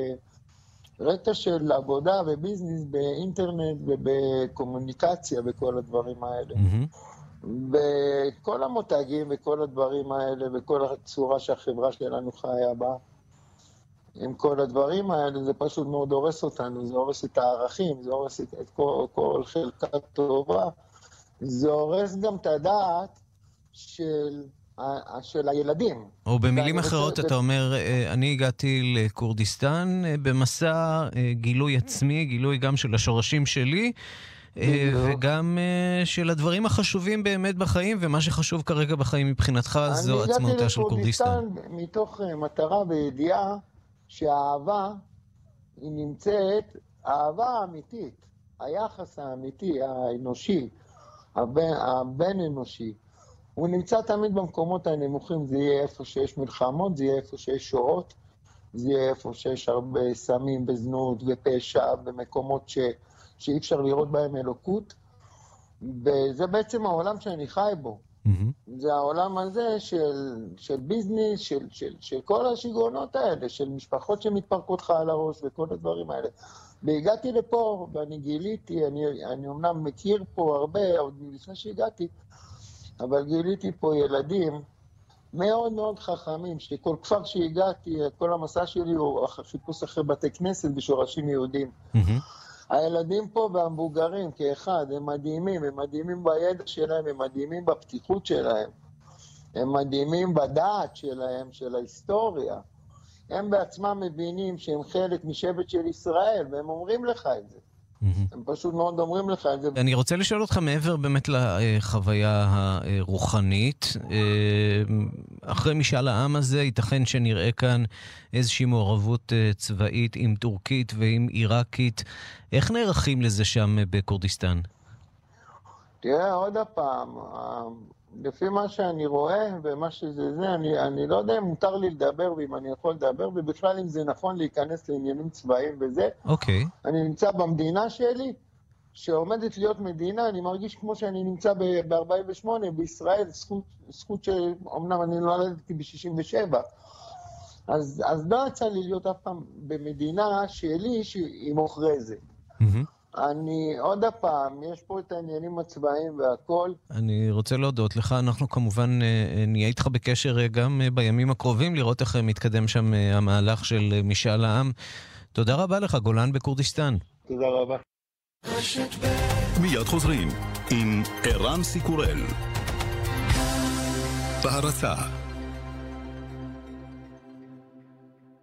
Speaker 3: רקע של עבודה וביזנס באינטרנט ובקומוניקציה וכל הדברים האלה. Mm-hmm. וכל המותגים וכל הדברים האלה וכל הצורה שהחברה שלנו חיה בה, עם כל הדברים האלה, זה פשוט מאוד הורס אותנו, זה הורס את הערכים, זה הורס את, את כל, כל חלקה טובה, זה הורס גם את הדעת של... של הילדים.
Speaker 2: או במילים אחרות אתה אומר, אני הגעתי לקורדיסטן במסע גילוי עצמי, גילוי גם של השורשים שלי, וגם של הדברים החשובים באמת בחיים, ומה שחשוב כרגע בחיים מבחינתך זו עצמאותה של קורדיסטן.
Speaker 3: אני הגעתי לקורדיסטן מתוך מטרה וידיעה שהאהבה היא נמצאת, האהבה האמיתית, היחס האמיתי, האנושי, הבן, הבן אנושי, הוא נמצא תמיד במקומות הנמוכים, זה יהיה איפה שיש מלחמות, זה יהיה איפה שיש שואות, זה יהיה איפה שיש הרבה סמים בזנות ופשע, במקומות ש... שאי אפשר לראות בהם אלוקות, וזה בעצם העולם שאני חי בו. Mm-hmm. זה העולם הזה של, של ביזנס, של, של, של כל השיגעונות האלה, של משפחות שמתפרקות לך על הראש וכל הדברים האלה. והגעתי לפה ואני גיליתי, אני, אני אומנם מכיר פה הרבה, עוד לפני שהגעתי, אבל גיליתי פה ילדים מאוד מאוד חכמים, שכל כפר שהגעתי, כל המסע שלי הוא חיפוש אחרי בתי כנסת בשורשים יהודים. Mm-hmm. הילדים פה והמבוגרים כאחד, הם מדהימים, הם מדהימים בידע שלהם, הם מדהימים בפתיחות שלהם, הם מדהימים בדעת שלהם, של ההיסטוריה. הם בעצמם מבינים שהם חלק משבט של ישראל, והם אומרים לך את זה. הם פשוט מאוד אומרים לך את זה.
Speaker 2: אני רוצה לשאול אותך מעבר באמת לחוויה הרוחנית. אחרי משאל העם הזה, ייתכן שנראה כאן איזושהי מעורבות צבאית עם טורקית ועם עיראקית. איך נערכים לזה שם בקורדיסטן?
Speaker 3: תראה, עוד הפעם, לפי מה שאני רואה ומה שזה זה, אני, אני לא יודע אם מותר לי לדבר ואם אני יכול לדבר, ובכלל אם זה נכון להיכנס לעניינים צבאיים וזה. אוקיי. Okay. אני נמצא במדינה שלי, שעומדת להיות מדינה, אני מרגיש כמו שאני נמצא ב-ארבעים ושמונה בישראל, זכות, זכות שאומנם אני נולדתי ב-שישים ושבע. אז, אז לא יצא לי להיות אף פעם במדינה שלי שהיא מוכרזת. Mm-hmm. אני, עוד הפעם, יש פה את העניינים הצבאיים והכל.
Speaker 2: אני רוצה להודות לך, אנחנו כמובן נהיה איתך בקשר גם בימים הקרובים, לראות איך מתקדם שם המהלך של משאל העם. תודה רבה לך, גולן בקורדיסטן.
Speaker 3: תודה רבה.
Speaker 10: מיד חוזרים עם ערן סיקורל. בהרצה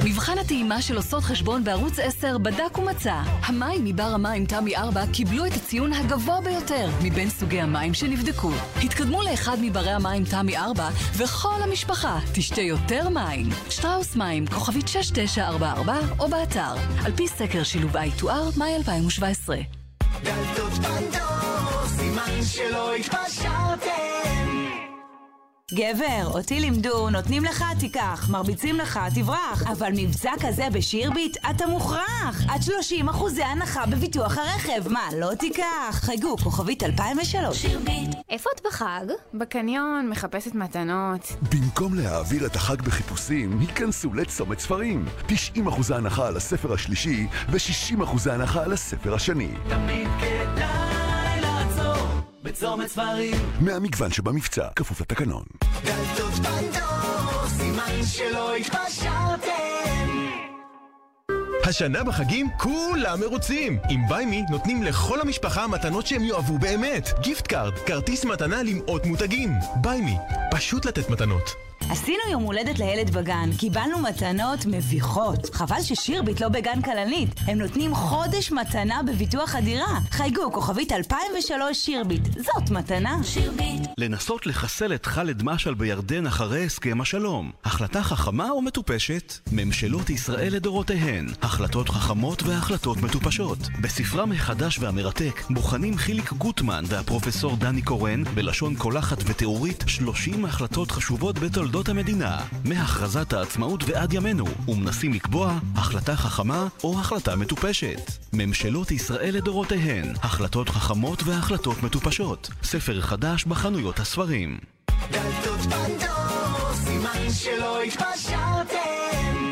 Speaker 20: מבחן הטעימה של עושות חשבון בערוץ עשר בדק ומצא. המים מבר המים תמי ארבע קיבלו את הציון הגבוה ביותר מבין סוגי המים שנבדקו. התקדמו לאחד מברי המים תמי ארבע וכל המשפחה תשתה יותר מים. שטראוס מים, כוכבית שש תשע ארבע ארבע או באתר. על פי סקר שילוב איי טו אר, מאי אלפיים שבע עשרה.
Speaker 21: דלתות פנדור, סימן שלא התפשרתם.
Speaker 17: גבר, אותי לימדו, נותנים לך תיקח, מרביצים לך תברח, אבל מבצע כזה בשירביט אתה מוכרח. עד שלושים אחוזי הנחה בביטוח הרכב, מה לא תיקח? חייגו כוכבית אלפיים ושלוש. שירביט.
Speaker 22: איפה את בחג? בקניון, מחפשת מתנות.
Speaker 23: במקום להעביר את החג בחיפושים, היכנסו לצומת ספרים. תשעים אחוזי הנחה על הספר השלישי ו-שישים אחוזי הנחה על הספר השני.
Speaker 21: תמיד כדאי לעצור בצומת ספרים.
Speaker 23: מהמגוון שבמבצע, כפוף לתקנון.
Speaker 21: דלתות פנדור, סימן שלא התפשרתם.
Speaker 24: השנה בחגים כולם מרוצים. עם ביימי נותנים לכל המשפחה מתנות שהם יאהבו באמת. גיפט קארד, כרטיס מתנה למאות מותגים. ביימי, פשוט לתת מתנות.
Speaker 17: עשינו יום הולדת לילד בגן, קיבלנו מתנות מביכות. חבל ששירביט לא בגן כלנית. הם נותנים חודש מתנה בביטוח הדירה. חייגו כוכבית אלפיים ושלוש שירביט. זאת מתנה. שירביט.
Speaker 14: לנסות לחסל את ח'אלד משעל בירדן אחרי הסכם השלום. החלטה חכמה או מטופשת? ממשלות ישראל לדורותיהן. החלטות חכמות והחלטות מטופשות. בספרם החדש והמרתק בוחנים חיליק גוטמן והפרופסור דני קורן בלשון קולחת ותיאורית שלושים החלטות חשובות בתולדות המדינה, מהכרזת העצמאות ועד ימינו, ומנסים לקבוע החלטה חכמה או החלטה מטופשת. ממשלות ישראל לדורותיהן, החלטות חכמות והחלטות מטופשות. ספר חדש בחנויות הספרים.
Speaker 21: דלתות פנדור, סימן שלא התפשרתם.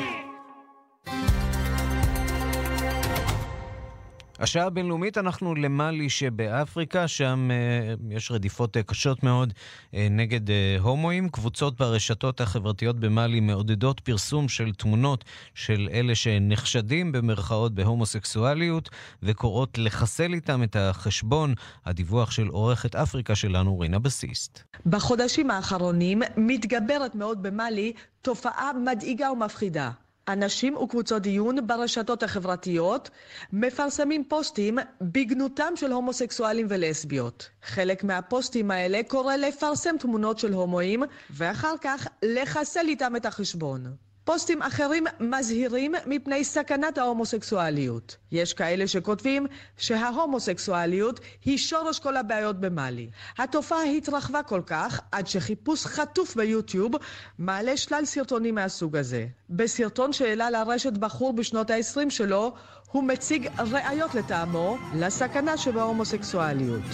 Speaker 2: השעה הבינלאומית, אנחנו למאלי שבאפריקה, שם uh, יש רדיפות uh, קשות מאוד uh, נגד uh, הומואים. קבוצות ברשתות החברתיות במאלי מעודדות פרסום של תמונות של אלה שנחשדים במרכאות בהומוסקסואליות, וקוראות לחסל איתם את החשבון. הדיווח של עורכת אפריקה שלנו, רינה בסיסט.
Speaker 25: בחודשים האחרונים מתגברת מאוד במאלי תופעה מדאיגה ומפחידה. אנשים וקבוצות דיון ברשתות החברתיות מפרסמים פוסטים בגנותם של הומוסקסואלים ולסביות. חלק מהפוסטים האלה קורא לפרסם תמונות של הומואים ואחר כך לחסל איתם את החשבון. פוסטים אחרים מזהירים מפני סכנת ההומוסקסואליות. יש כאלה שכותבים שההומוסקסואליות היא שורש כל הבעיות במאלי. התופעה התרחבה כל כך עד שחיפוש חטוף ביוטיוב מעלה שלל סרטונים מהסוג הזה. בסרטון שהעלה לרשת בחור בשנות ה-עשרים שלו, הוא מציג ראיות לטעמו לסכנה שבהומוסקסואליות.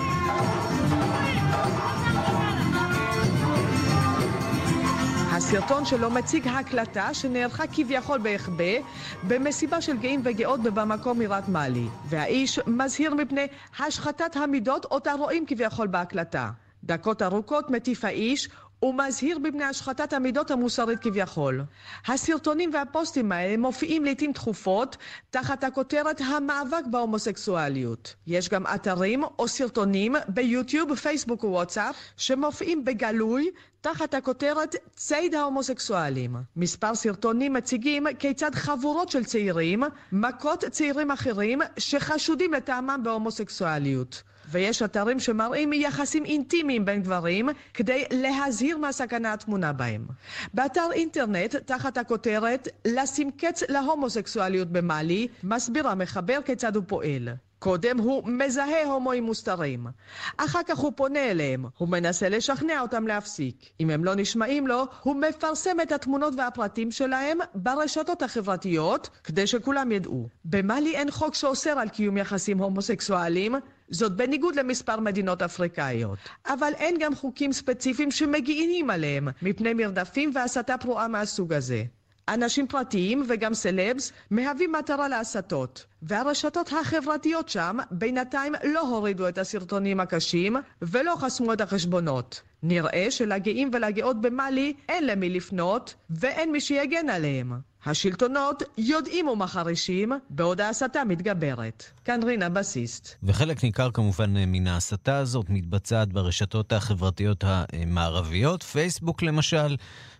Speaker 25: הסרטון שלו מציג הקלטה שנערכה כביכול בהחבא במסיבה של גאים וגאות במקום עירת מאלי, והאיש מזהיר מפני השחתת המידות אותה רואים כביכול בהקלטה. דקות ארוכות מטיף האיש ומזהיר בפני השחתת המידות המוסרית כביכול. הסרטונים והפוסטים האלה מופיעים לעתים תכופות תחת הכותרת המאבק בהומוסקסואליות. יש גם אתרים או סרטונים ביוטיוב, פייסבוק ווואטסאפ שמופיעים בגלוי תחת הכותרת ציד ההומוסקסואלים. מספר סרטונים מציגים כיצד חבורות של צעירים מכות צעירים אחרים שחשודים לטעמם בהומוסקסואליות. ויש אתרים שמראים יחסים אינטימיים בין גברים כדי להזהיר מהסכנה התמונה בהם. באתר אינטרנט תחת הכותרת לשים קץ להומוסקסואליות במאלי מסביר המחבר כיצד הוא פועל. קודם הוא מזהה הומואים מוסתרים. אחר כך הוא פונה אליהם. הוא מנסה לשכנע אותם להפסיק. אם הם לא נשמעים לו, הוא מפרסם את התמונות והפרטים שלהם ברשתות החברתיות, כדי שכולם ידעו. במאלי אין חוק שאוסר על קיום יחסים הומוסקסואליים, זאת בניגוד למספר מדינות אפריקאיות. אבל אין גם חוקים ספציפיים שמגיעים עליהם, מפני מרדפים והסתה פרועה מהסוג הזה. אנשים פרטיים וגם סלבס מהווים מטרה להסתות, והרשתות החברתיות שם בינתיים לא הורידו את הסרטונים הקשים ולא חסמו את החשבונות. נראה שלגאים ולגאות במאלי אין למי לפנות ואין מי שיגן עליהם. השלטונות יודעים ומחרישים בעוד ההסתה מתגברת. כאן רינה בסיסט.
Speaker 2: וחלק ניכר כמובן מן ההסתה הזאת מתבצעת ברשתות החברתיות המערביות, פייסבוק למשל,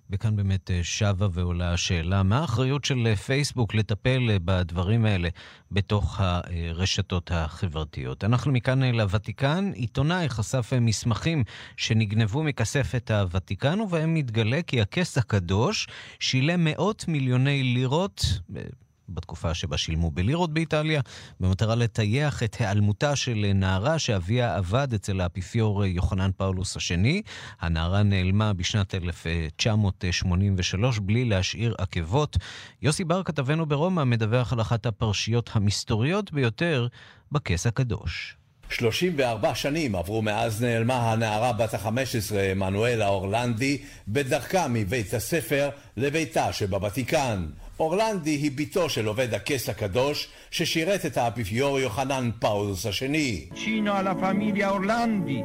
Speaker 2: וכאן באמת שווה ועולה השאלה, מה האחריות של פייסבוק לטפל בדברים האלה בתוך הרשתות החברתיות? אנחנו מכאן לוותיקן, עיתונאי חשף מסמכים שנגנבו מכספת הוותיקן, ובהם מתגלה כי הכס הקדוש שילם מאות מיליוני לירות, בתקופה שבה שילמו בלירות באיטליה, במטרה לטייח את העלמותה של נערה שאביה עבד אצל האפיפיור יוחנן פאולוס השני. הנערה נעלמה בשנת אלף תשע מאות שמונים ושלוש בלי להשאיר עקבות. יוסי בר כתבנו ברומא מדווח על אחת הפרשיות המסתוריות ביותר בכס הקדוש.
Speaker 1: שלושים וארבע שנים עברו מאז נעלמה הנערה בת ה-חמש עשרה מנואלה אורלנדי בדרכה מבית הספר לביתה שבוותיקן. אורלנדי היא ביתו של עובד הכס הקדוש ששירת את האפיפיור יוחנן פאולוס השני.
Speaker 4: Vicino alla famiglia Orlandi,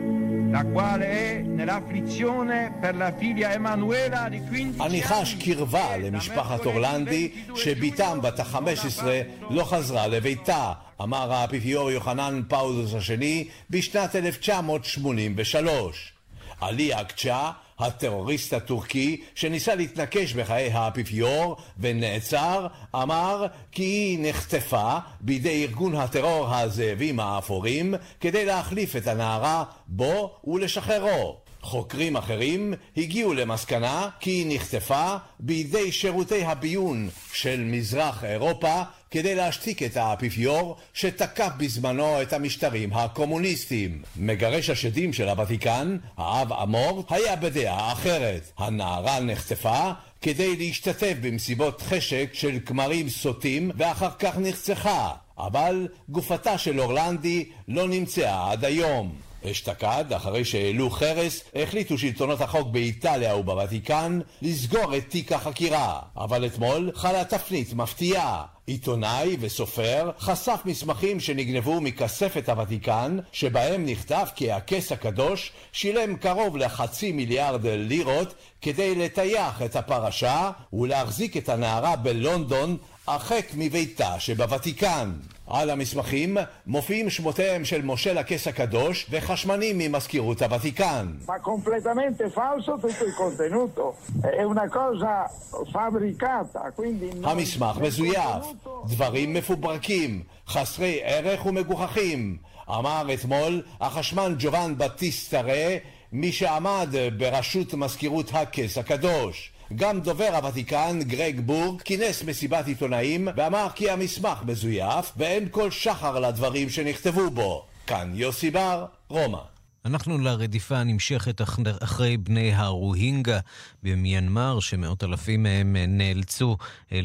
Speaker 4: la quale è nell'afflizione per la figlia Emanuela di quindici anni.
Speaker 1: אני חש קרבה למשפחת אורלנדי שביתם בת ה-חמש עשרה לא חזרה לביתה, אמר האפיפיור יוחנן פאולוס השני בשנת אלף תשע מאות שמונים ושלוש. עלי אקצ'ה, הטרוריסט הטורקי שניסה להתנקש בחיי האפיפיור ונעצר, אמר כי היא נחטפה בידי ארגון הטרור הזאבים האפורים כדי להחליף את הנערה בו ולשחררו. חוקרים אחרים הגיעו למסקנה כי היא נחטפה בידי שירותי הביון של מזרח אירופה כדי להשתיק את האפיפיור שתקף בזמנו את המשטרים הקומוניסטיים. מגרש השדים של הוותיקן, האב אמור, היה בדעה אחרת. הנערה נחטפה כדי להשתתף במסיבות חשק של כמרים סוטים ואחר כך נרצחה, אבל גופתה של אורלנדי לא נמצאה עד היום. אשתקד, אחרי שהעלו חרס, החליטו שלטונות החוק באיטליה ובוותיקן לסגור את תיק החקירה. אבל אתמול חלה תפנית מפתיעה. עיתונאי וסופר חשף מסמכים שנגנבו מכספת הוותיקן, שבהם נכתב כי הכס הקדוש שילם קרוב לחצי מיליארד לירות כדי לטייח את הפרשה ולהחזיק את הנערה בלונדון הרחק מביתה שבוותיקן. על המסמכים מופיעים שמותיהם של מושל הכס הקדוש וחשמנים ממזכירות הוותיקן.
Speaker 4: Ma completamente falso tutto il contenuto. È una cosa fabbricata, quindi
Speaker 1: המסמך מזויף, דברים מפוברקים, חסרי ערך ומגוחכים, אמר אתמול החשמן ג'ובן בטיסטרה, מי שעמד בראשות מזכירות הכס הקדוש. גם דובר הוותיקן גרג בורג כינס מסיבת עיתונאים ואמר כי המסמך מזויף ואין כל שחר לדברים שנכתבו בו. כאן יוסי בר, רומא.
Speaker 2: אנחנו לרדיפה הנמשכת אחרי בני הרוהינגה במיינמר, שמאות אלפים מהם נאלצו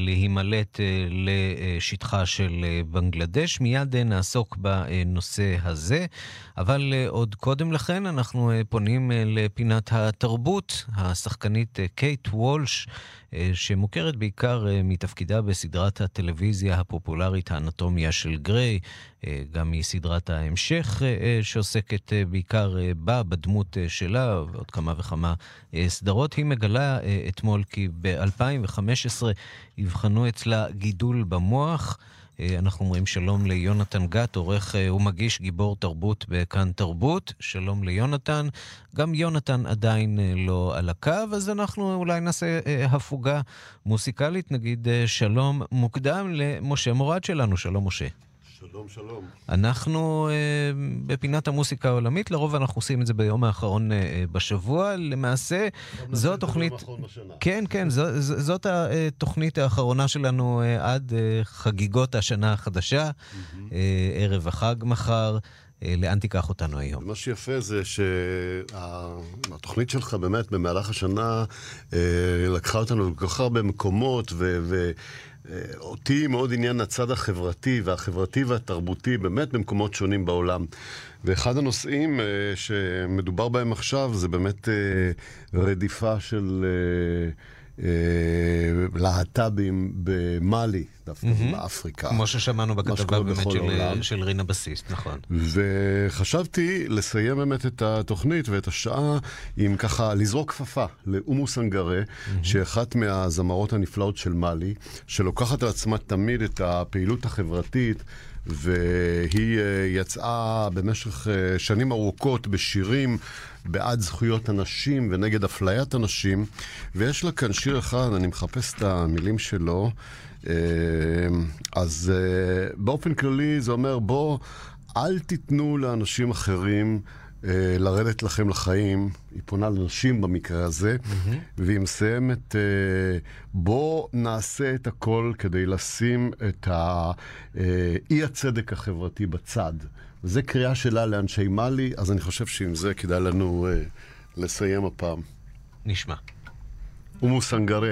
Speaker 2: להימלט לשטחה של בנגלדש. מיד נעסוק בנושא הזה, אבל עוד קודם לכן אנחנו פונים לפינת התרבות. השחקנית קייט וולש, שמוכרת בעיקר מתפקידה בסדרת הטלוויזיה הפופולרית האנטומיה של גריי, גם מסדרת ההמשך שעוסקת בעיקר בה, בדמות שלה, ועוד כמה וכמה סדרות. היא מגלה אתמול כי ב-אלפיים וחמש עשרה הבחנו אצלה גידול במוח. אנחנו אומרים שלום ליונתן גת, עורך ומגיש גיבור תרבות בכאן תרבות. שלום ליונתן. גם יונתן עדיין לא על הקו, אז אנחנו אולי נעשה הפוגה מוסיקלית, נגיד שלום מוקדם למשה מורד שלנו. שלום משה.
Speaker 5: שלום, שלום.
Speaker 2: אנחנו uh, בפינת המוסיקה העולמית, לרוב אנחנו עושים את זה ביום האחרון uh, בשבוע. למעשה, זו התוכנית... כן, כן, זו, זו, זאת התוכנית האחרונה שלנו uh, עד uh, חגיגות השנה החדשה, mm-hmm. uh, ערב החג מחר. Uh, לאן תיקח אותנו היום?
Speaker 5: מה שיפה זה שהתוכנית שלך באמת במהלך השנה uh, לקחה אותנו לכל כך הרבה מקומות ו... ו- אותי מאוד עניין הצד החברתי והחברתי והתרבותי באמת במקומות שונים בעולם. ואחד הנושאים שמדובר בהם עכשיו זה באמת רדיפה של להט"בים במאלי. דווקא באפריקה.
Speaker 2: כמו ששמענו בכתבה באמת של, של רינה בסיסט, נכון.
Speaker 5: וחשבתי לסיים באמת את התוכנית ואת השעה עם ככה לזרוק כפפה לאומו סנגרה, שאחת מהזמרות הנפלאות של מאלי, שלוקחת על עצמה תמיד את הפעילות החברתית, והיא יצאה במשך שנים ארוכות בשירים בעד זכויות הנשים ונגד אפליית הנשים, ויש לה כאן שיר אחד, אני מחפש את המילים שלו, אז באופן כללי זה אומר, בוא, אל תיתנו לאנשים אחרים לרדת לכם לחיים, היא פונה לנשים במקרה הזה, mm-hmm. והיא מסיימת, בוא נעשה את הכל כדי לשים את האי הצדק החברתי בצד. וזה קריאה שלה לאנשי מאלי, אז אני חושב שעם זה כדאי לנו לסיים הפעם.
Speaker 2: נשמע.
Speaker 5: אומו סנגרה.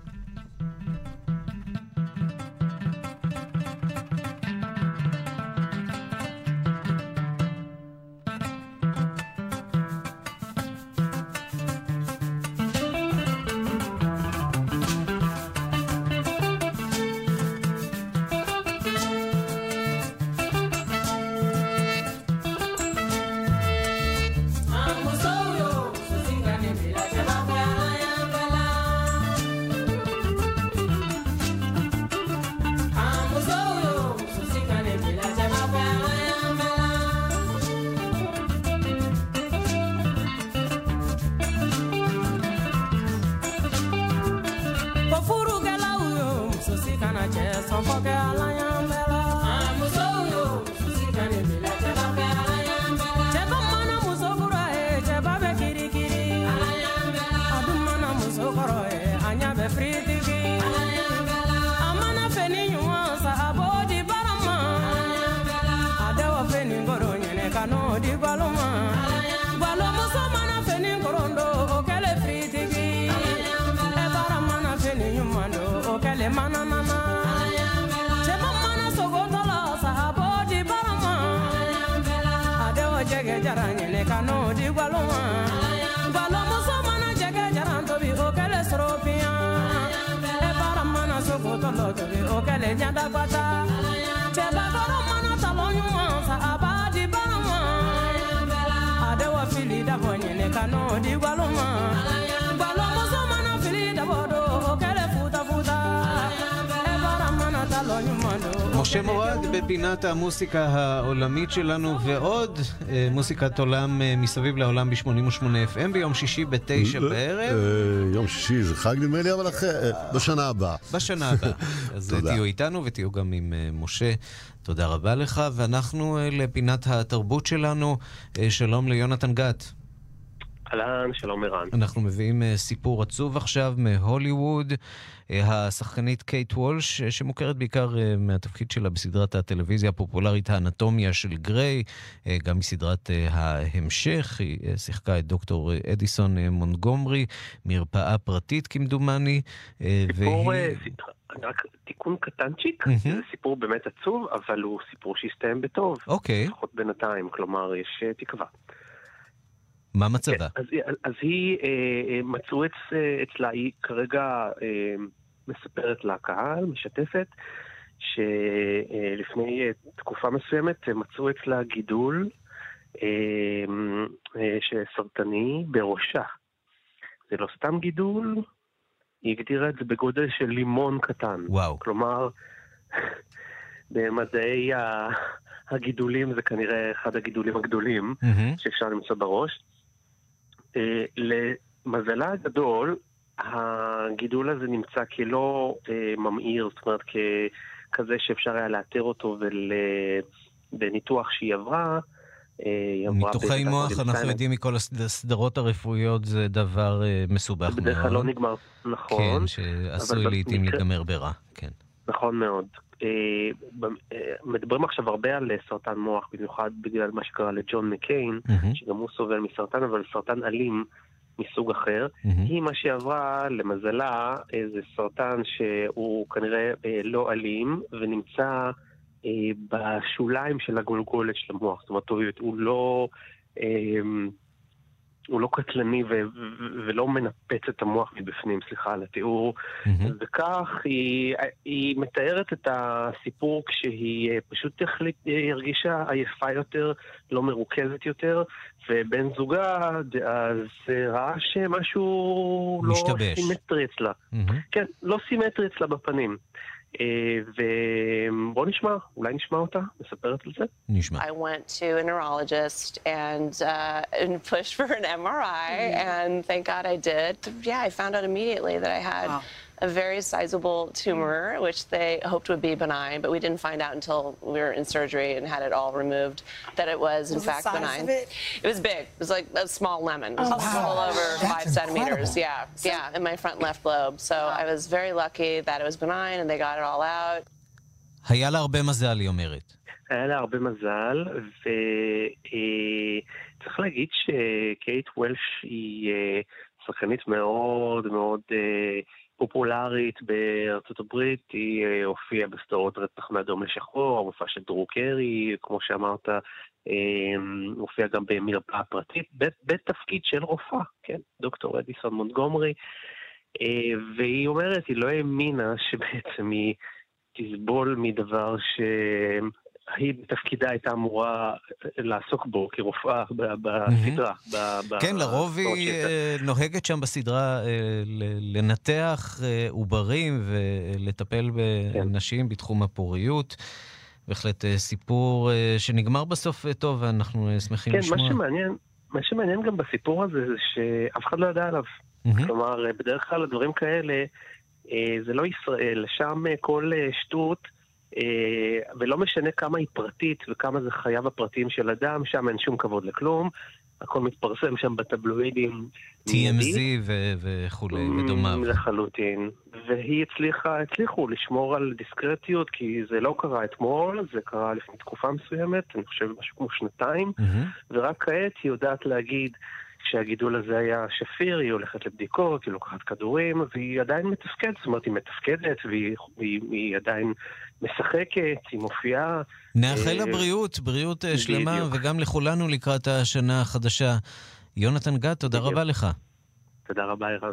Speaker 2: משה מורד בפינת המוסיקה העולמית שלנו, ועוד מוסיקת עולם מסביב לעולם ב-שמונים ושמונה אף אם ביום שישי בתשע בערב.
Speaker 5: יום שישי זה חג נדמה לי, אבל אחרי, בשנה הבאה.
Speaker 2: בשנה הבאה. אז תהיו איתנו ותהיו גם עם משה. תודה רבה לך, ואנחנו לפינת התרבות שלנו. שלום ליונתן גת.
Speaker 6: אהלן, שלום ערן.
Speaker 2: אנחנו מביאים סיפור עצוב עכשיו מהוליווד. השחקנית קייט וולש, שמוכרת בעיקר מהתפקיד שלה בסדרת הטלוויזיה הפופולרית האנטומיה של גריי, גם מסדרת ההמשך, היא שיחקה את דוקטור אדיסון מונטגומרי, מרפאה פרטית כמדומני.
Speaker 6: סיפור, והיא... רק תיקון קטנצ'יק, mm-hmm. זה סיפור באמת עצוב, אבל הוא סיפור שהסתיים בטוב.
Speaker 2: אוקיי. Okay.
Speaker 6: לפחות בינתיים, כלומר יש תקווה.
Speaker 2: מה מצבה?
Speaker 6: אז, אז היא, אה, מצאו אצ, אצלה, היא כרגע אה, מספרת לקהל, משתפת, שלפני אה, תקופה מסוימת מצאו אצלה גידול אה, אה, שסרטני בראשה. זה לא סתם גידול, היא הגדירה את זה בגודל של לימון קטן.
Speaker 2: וואו.
Speaker 6: כלומר, במדעי הגידולים זה כנראה אחד הגידולים הגדולים mm-hmm. שאפשר למצוא בראש. Uh, למזלה הגדול, הגידול הזה נמצא כלא uh, ממאיר, זאת אומרת ככזה שאפשר היה לאתר אותו ובניתוח שהיא עברה. Uh,
Speaker 2: ניתוחי מוח, אנחנו יודעים מכל הסדרות הרפואיות, זה דבר uh, מסובך מאוד.
Speaker 6: בדרך כלל לא נגמר, נכון.
Speaker 2: כן, שעשוי לעתים במקרה... להיגמר ברע, כן.
Speaker 6: נכון מאוד. מדברים עכשיו הרבה על סרטן מוח, במיוחד בגלל מה שקרה לג'ון מקיין, שגם הוא סובל מסרטן, אבל סרטן אלים מסוג אחר. היא מה שעברה, למזלה, זה סרטן שהוא כנראה לא אלים, ונמצא בשוליים של הגולגולת של המוח. זאת אומרת, הוא לא... הוא לא קטלני ו- ו- ולא מנפץ את המוח מבפנים, סליחה על התיאור. Mm-hmm. וכך היא, היא מתארת את הסיפור כשהיא פשוט הרגישה עייפה יותר, לא מרוכזת יותר, ובן זוגה אז ראה שמשהו
Speaker 2: משתבש.
Speaker 6: לא סימטרי אצלה. Mm-hmm. כן, לא סימטרי אצלה בפנים. ובוא נשמע, אולי נשמע אותה, מספרת על זה.
Speaker 2: נשמע.
Speaker 7: I went to a neurologist and, uh, and pushed for an M R I and thank God I did. Yeah, I found out immediately that I had wow. a very sizable tumor, which they hoped would be benign, but we didn't find out until we were in surgery and had it all removed that it was, was in fact the size benign. Of it? It was big. It was like a small lemon. It was oh, wow. all over That's five centimeters. Yeah, so, yeah, in my front left lobe. So wow. I was very lucky that it was benign and they got it all out.
Speaker 2: היה לה הרבה מזל, היא אומרת.
Speaker 6: היה לה הרבה מזל, וצריך להגיד שקייט וולש היא שחקנית מאוד מאוד פופולרית בארצות הברית, היא הופיעה בסדרות רצח מאדום לשחור, מופע של דרו קרי, כמו שאמרת, הופיעה גם במרפאה פרטית, בתפקיד של רופאה, כן, דוקטור אדיסון מונטגומרי, והיא אומרת, היא לא האמינה שבעצם היא תסבול מדבר שהיא בתפקידה הייתה אמורה לעסוק בו כרופאה בסדרה.
Speaker 2: כן, לרוב היא נוהגת שם בסדרה לנתח עוברים ולטפל בנשים בתחום הפוריות. בהחלט סיפור שנגמר בסוף טוב, ואנחנו שמחים לשמוע.
Speaker 6: כן, מה שמעניין גם בסיפור הזה זה שאף אחד לא ידע עליו. כלומר, בדרך כלל הדברים כאלה זה לא ישראל, שם כל שטות, ולא משנה כמה היא פרטית וכמה זה חייו הפרטיים של אדם, שם אין שום כבוד לכלום, הכל מתפרסם שם בטבלואידים.
Speaker 2: טי אם זי וכולי, ודומיו.
Speaker 6: לחלוטין. והיא הצליחה, הצליחו לשמור על דיסקרטיות, כי זה לא קרה אתמול, זה קרה לפני תקופה מסוימת, אני חושב משהו כמו שנתיים, ורק כעת היא יודעת להגיד, כשהגידול הזה היה שפיר, היא הולכת לבדיקות, היא לוקחת כדורים, והיא עדיין מתפקדת, זאת אומרת, היא מתפקדת, והיא היא, היא עדיין משחקת, היא מופיעה.
Speaker 2: נאחל לה בריאות, בריאות שלמה, וגם לכולנו לקראת השנה החדשה. יונתן גת, תודה רבה לך.
Speaker 6: תודה רבה, ערן.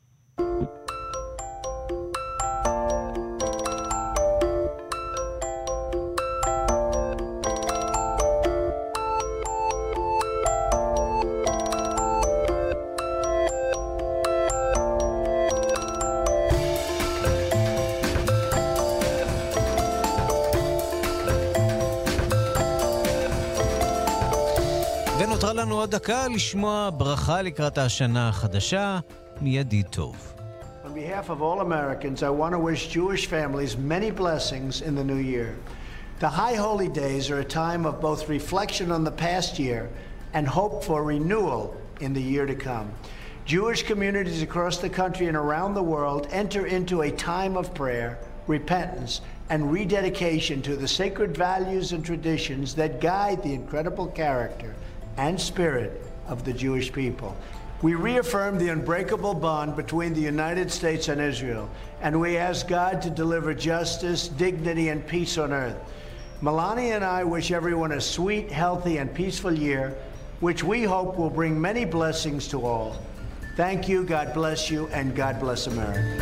Speaker 2: נותרה לנו עוד דקה לשמוע ברכה לקראת השנה החדשה, מיידי טוב.
Speaker 8: On behalf of all Americans, I want to wish Jewish families many blessings in the new year. The High Holy Days are a time of both reflection on the past year and hope for renewal in the year to come. Jewish communities across the country and around the world enter into a time of prayer, repentance, and rededication to the sacred values and traditions that guide the incredible character and spirit of the Jewish people. We reaffirm the unbreakable bond between the United States and Israel, and we ask God to deliver justice, dignity, and peace on earth. Melania and I wish everyone a sweet, healthy, and peaceful year, which we hope will bring many blessings to all. Thank you, God bless you, and God bless America.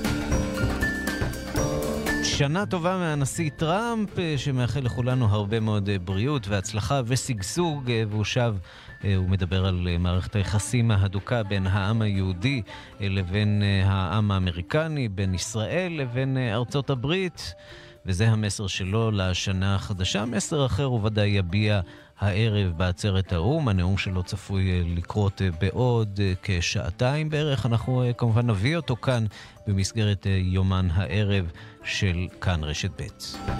Speaker 2: שנה טובה מהנשיא טראמפ, שמאחל לכולנו הרבה מאוד בריאות והצלחה וסגסוג, והוא שב, הוא מדבר על מערכת היחסים ההדוקה בין העם היהודי לבין העם האמריקני, בין ישראל לבין ארצות הברית, וזה המסר שלו לשנה החדשה. מסר אחר הוא ודאי יביע הערב בעצרת האו"ם, הנאום שלו צפוי לקרות בעוד כשעתיים בערך. אנחנו כמובן נביא אותו כאן במסגרת יומן הערב של כאן רשת ב'.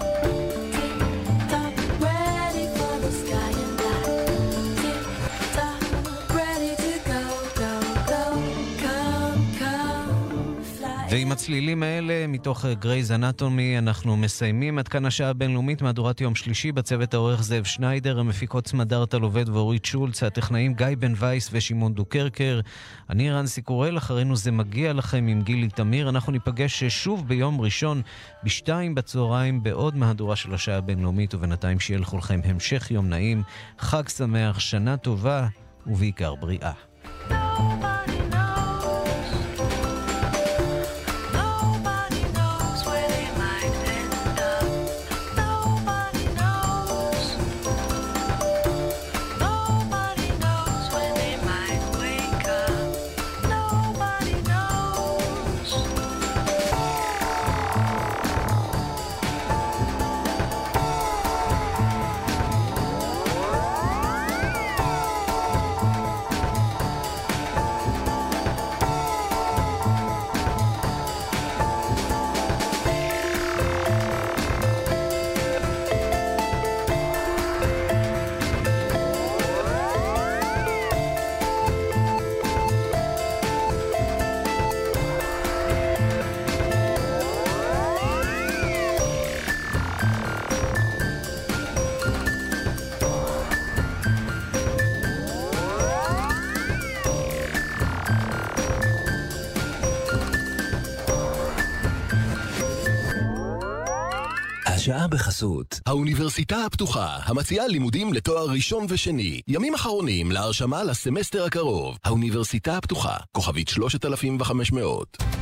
Speaker 2: ועם הצלילים האלה מתוך גרייז אנטומי אנחנו מסיימים עד כאן השעה הבינלאומית, מהדורת יום שלישי. בצוות העורך זאב שניידר, המפיקות סמדארטה לובד ואורית שולץ, הטכנאים גיא בן וייס ושמעון דוקרקר. אני רן סיקורל, אחרינו זה מגיע לכם עם גילי תמיר. אנחנו ניפגש שוב ביום ראשון בשתיים בצהריים בעוד מהדורה של השעה הבינלאומית, ובינתיים שיהיה לכולכם המשך יום נעים, חג שמח, שנה טובה ובעיקר בריאה.
Speaker 9: השעה בחסות האוניברסיטה הפתוחה, המציעה לימודים לתואר ראשון ושני. ימים אחרונים להרשמה לסמסטר הקרוב. האוניברסיטה הפתוחה, כוכבית שלושת אלפים וחמש מאות.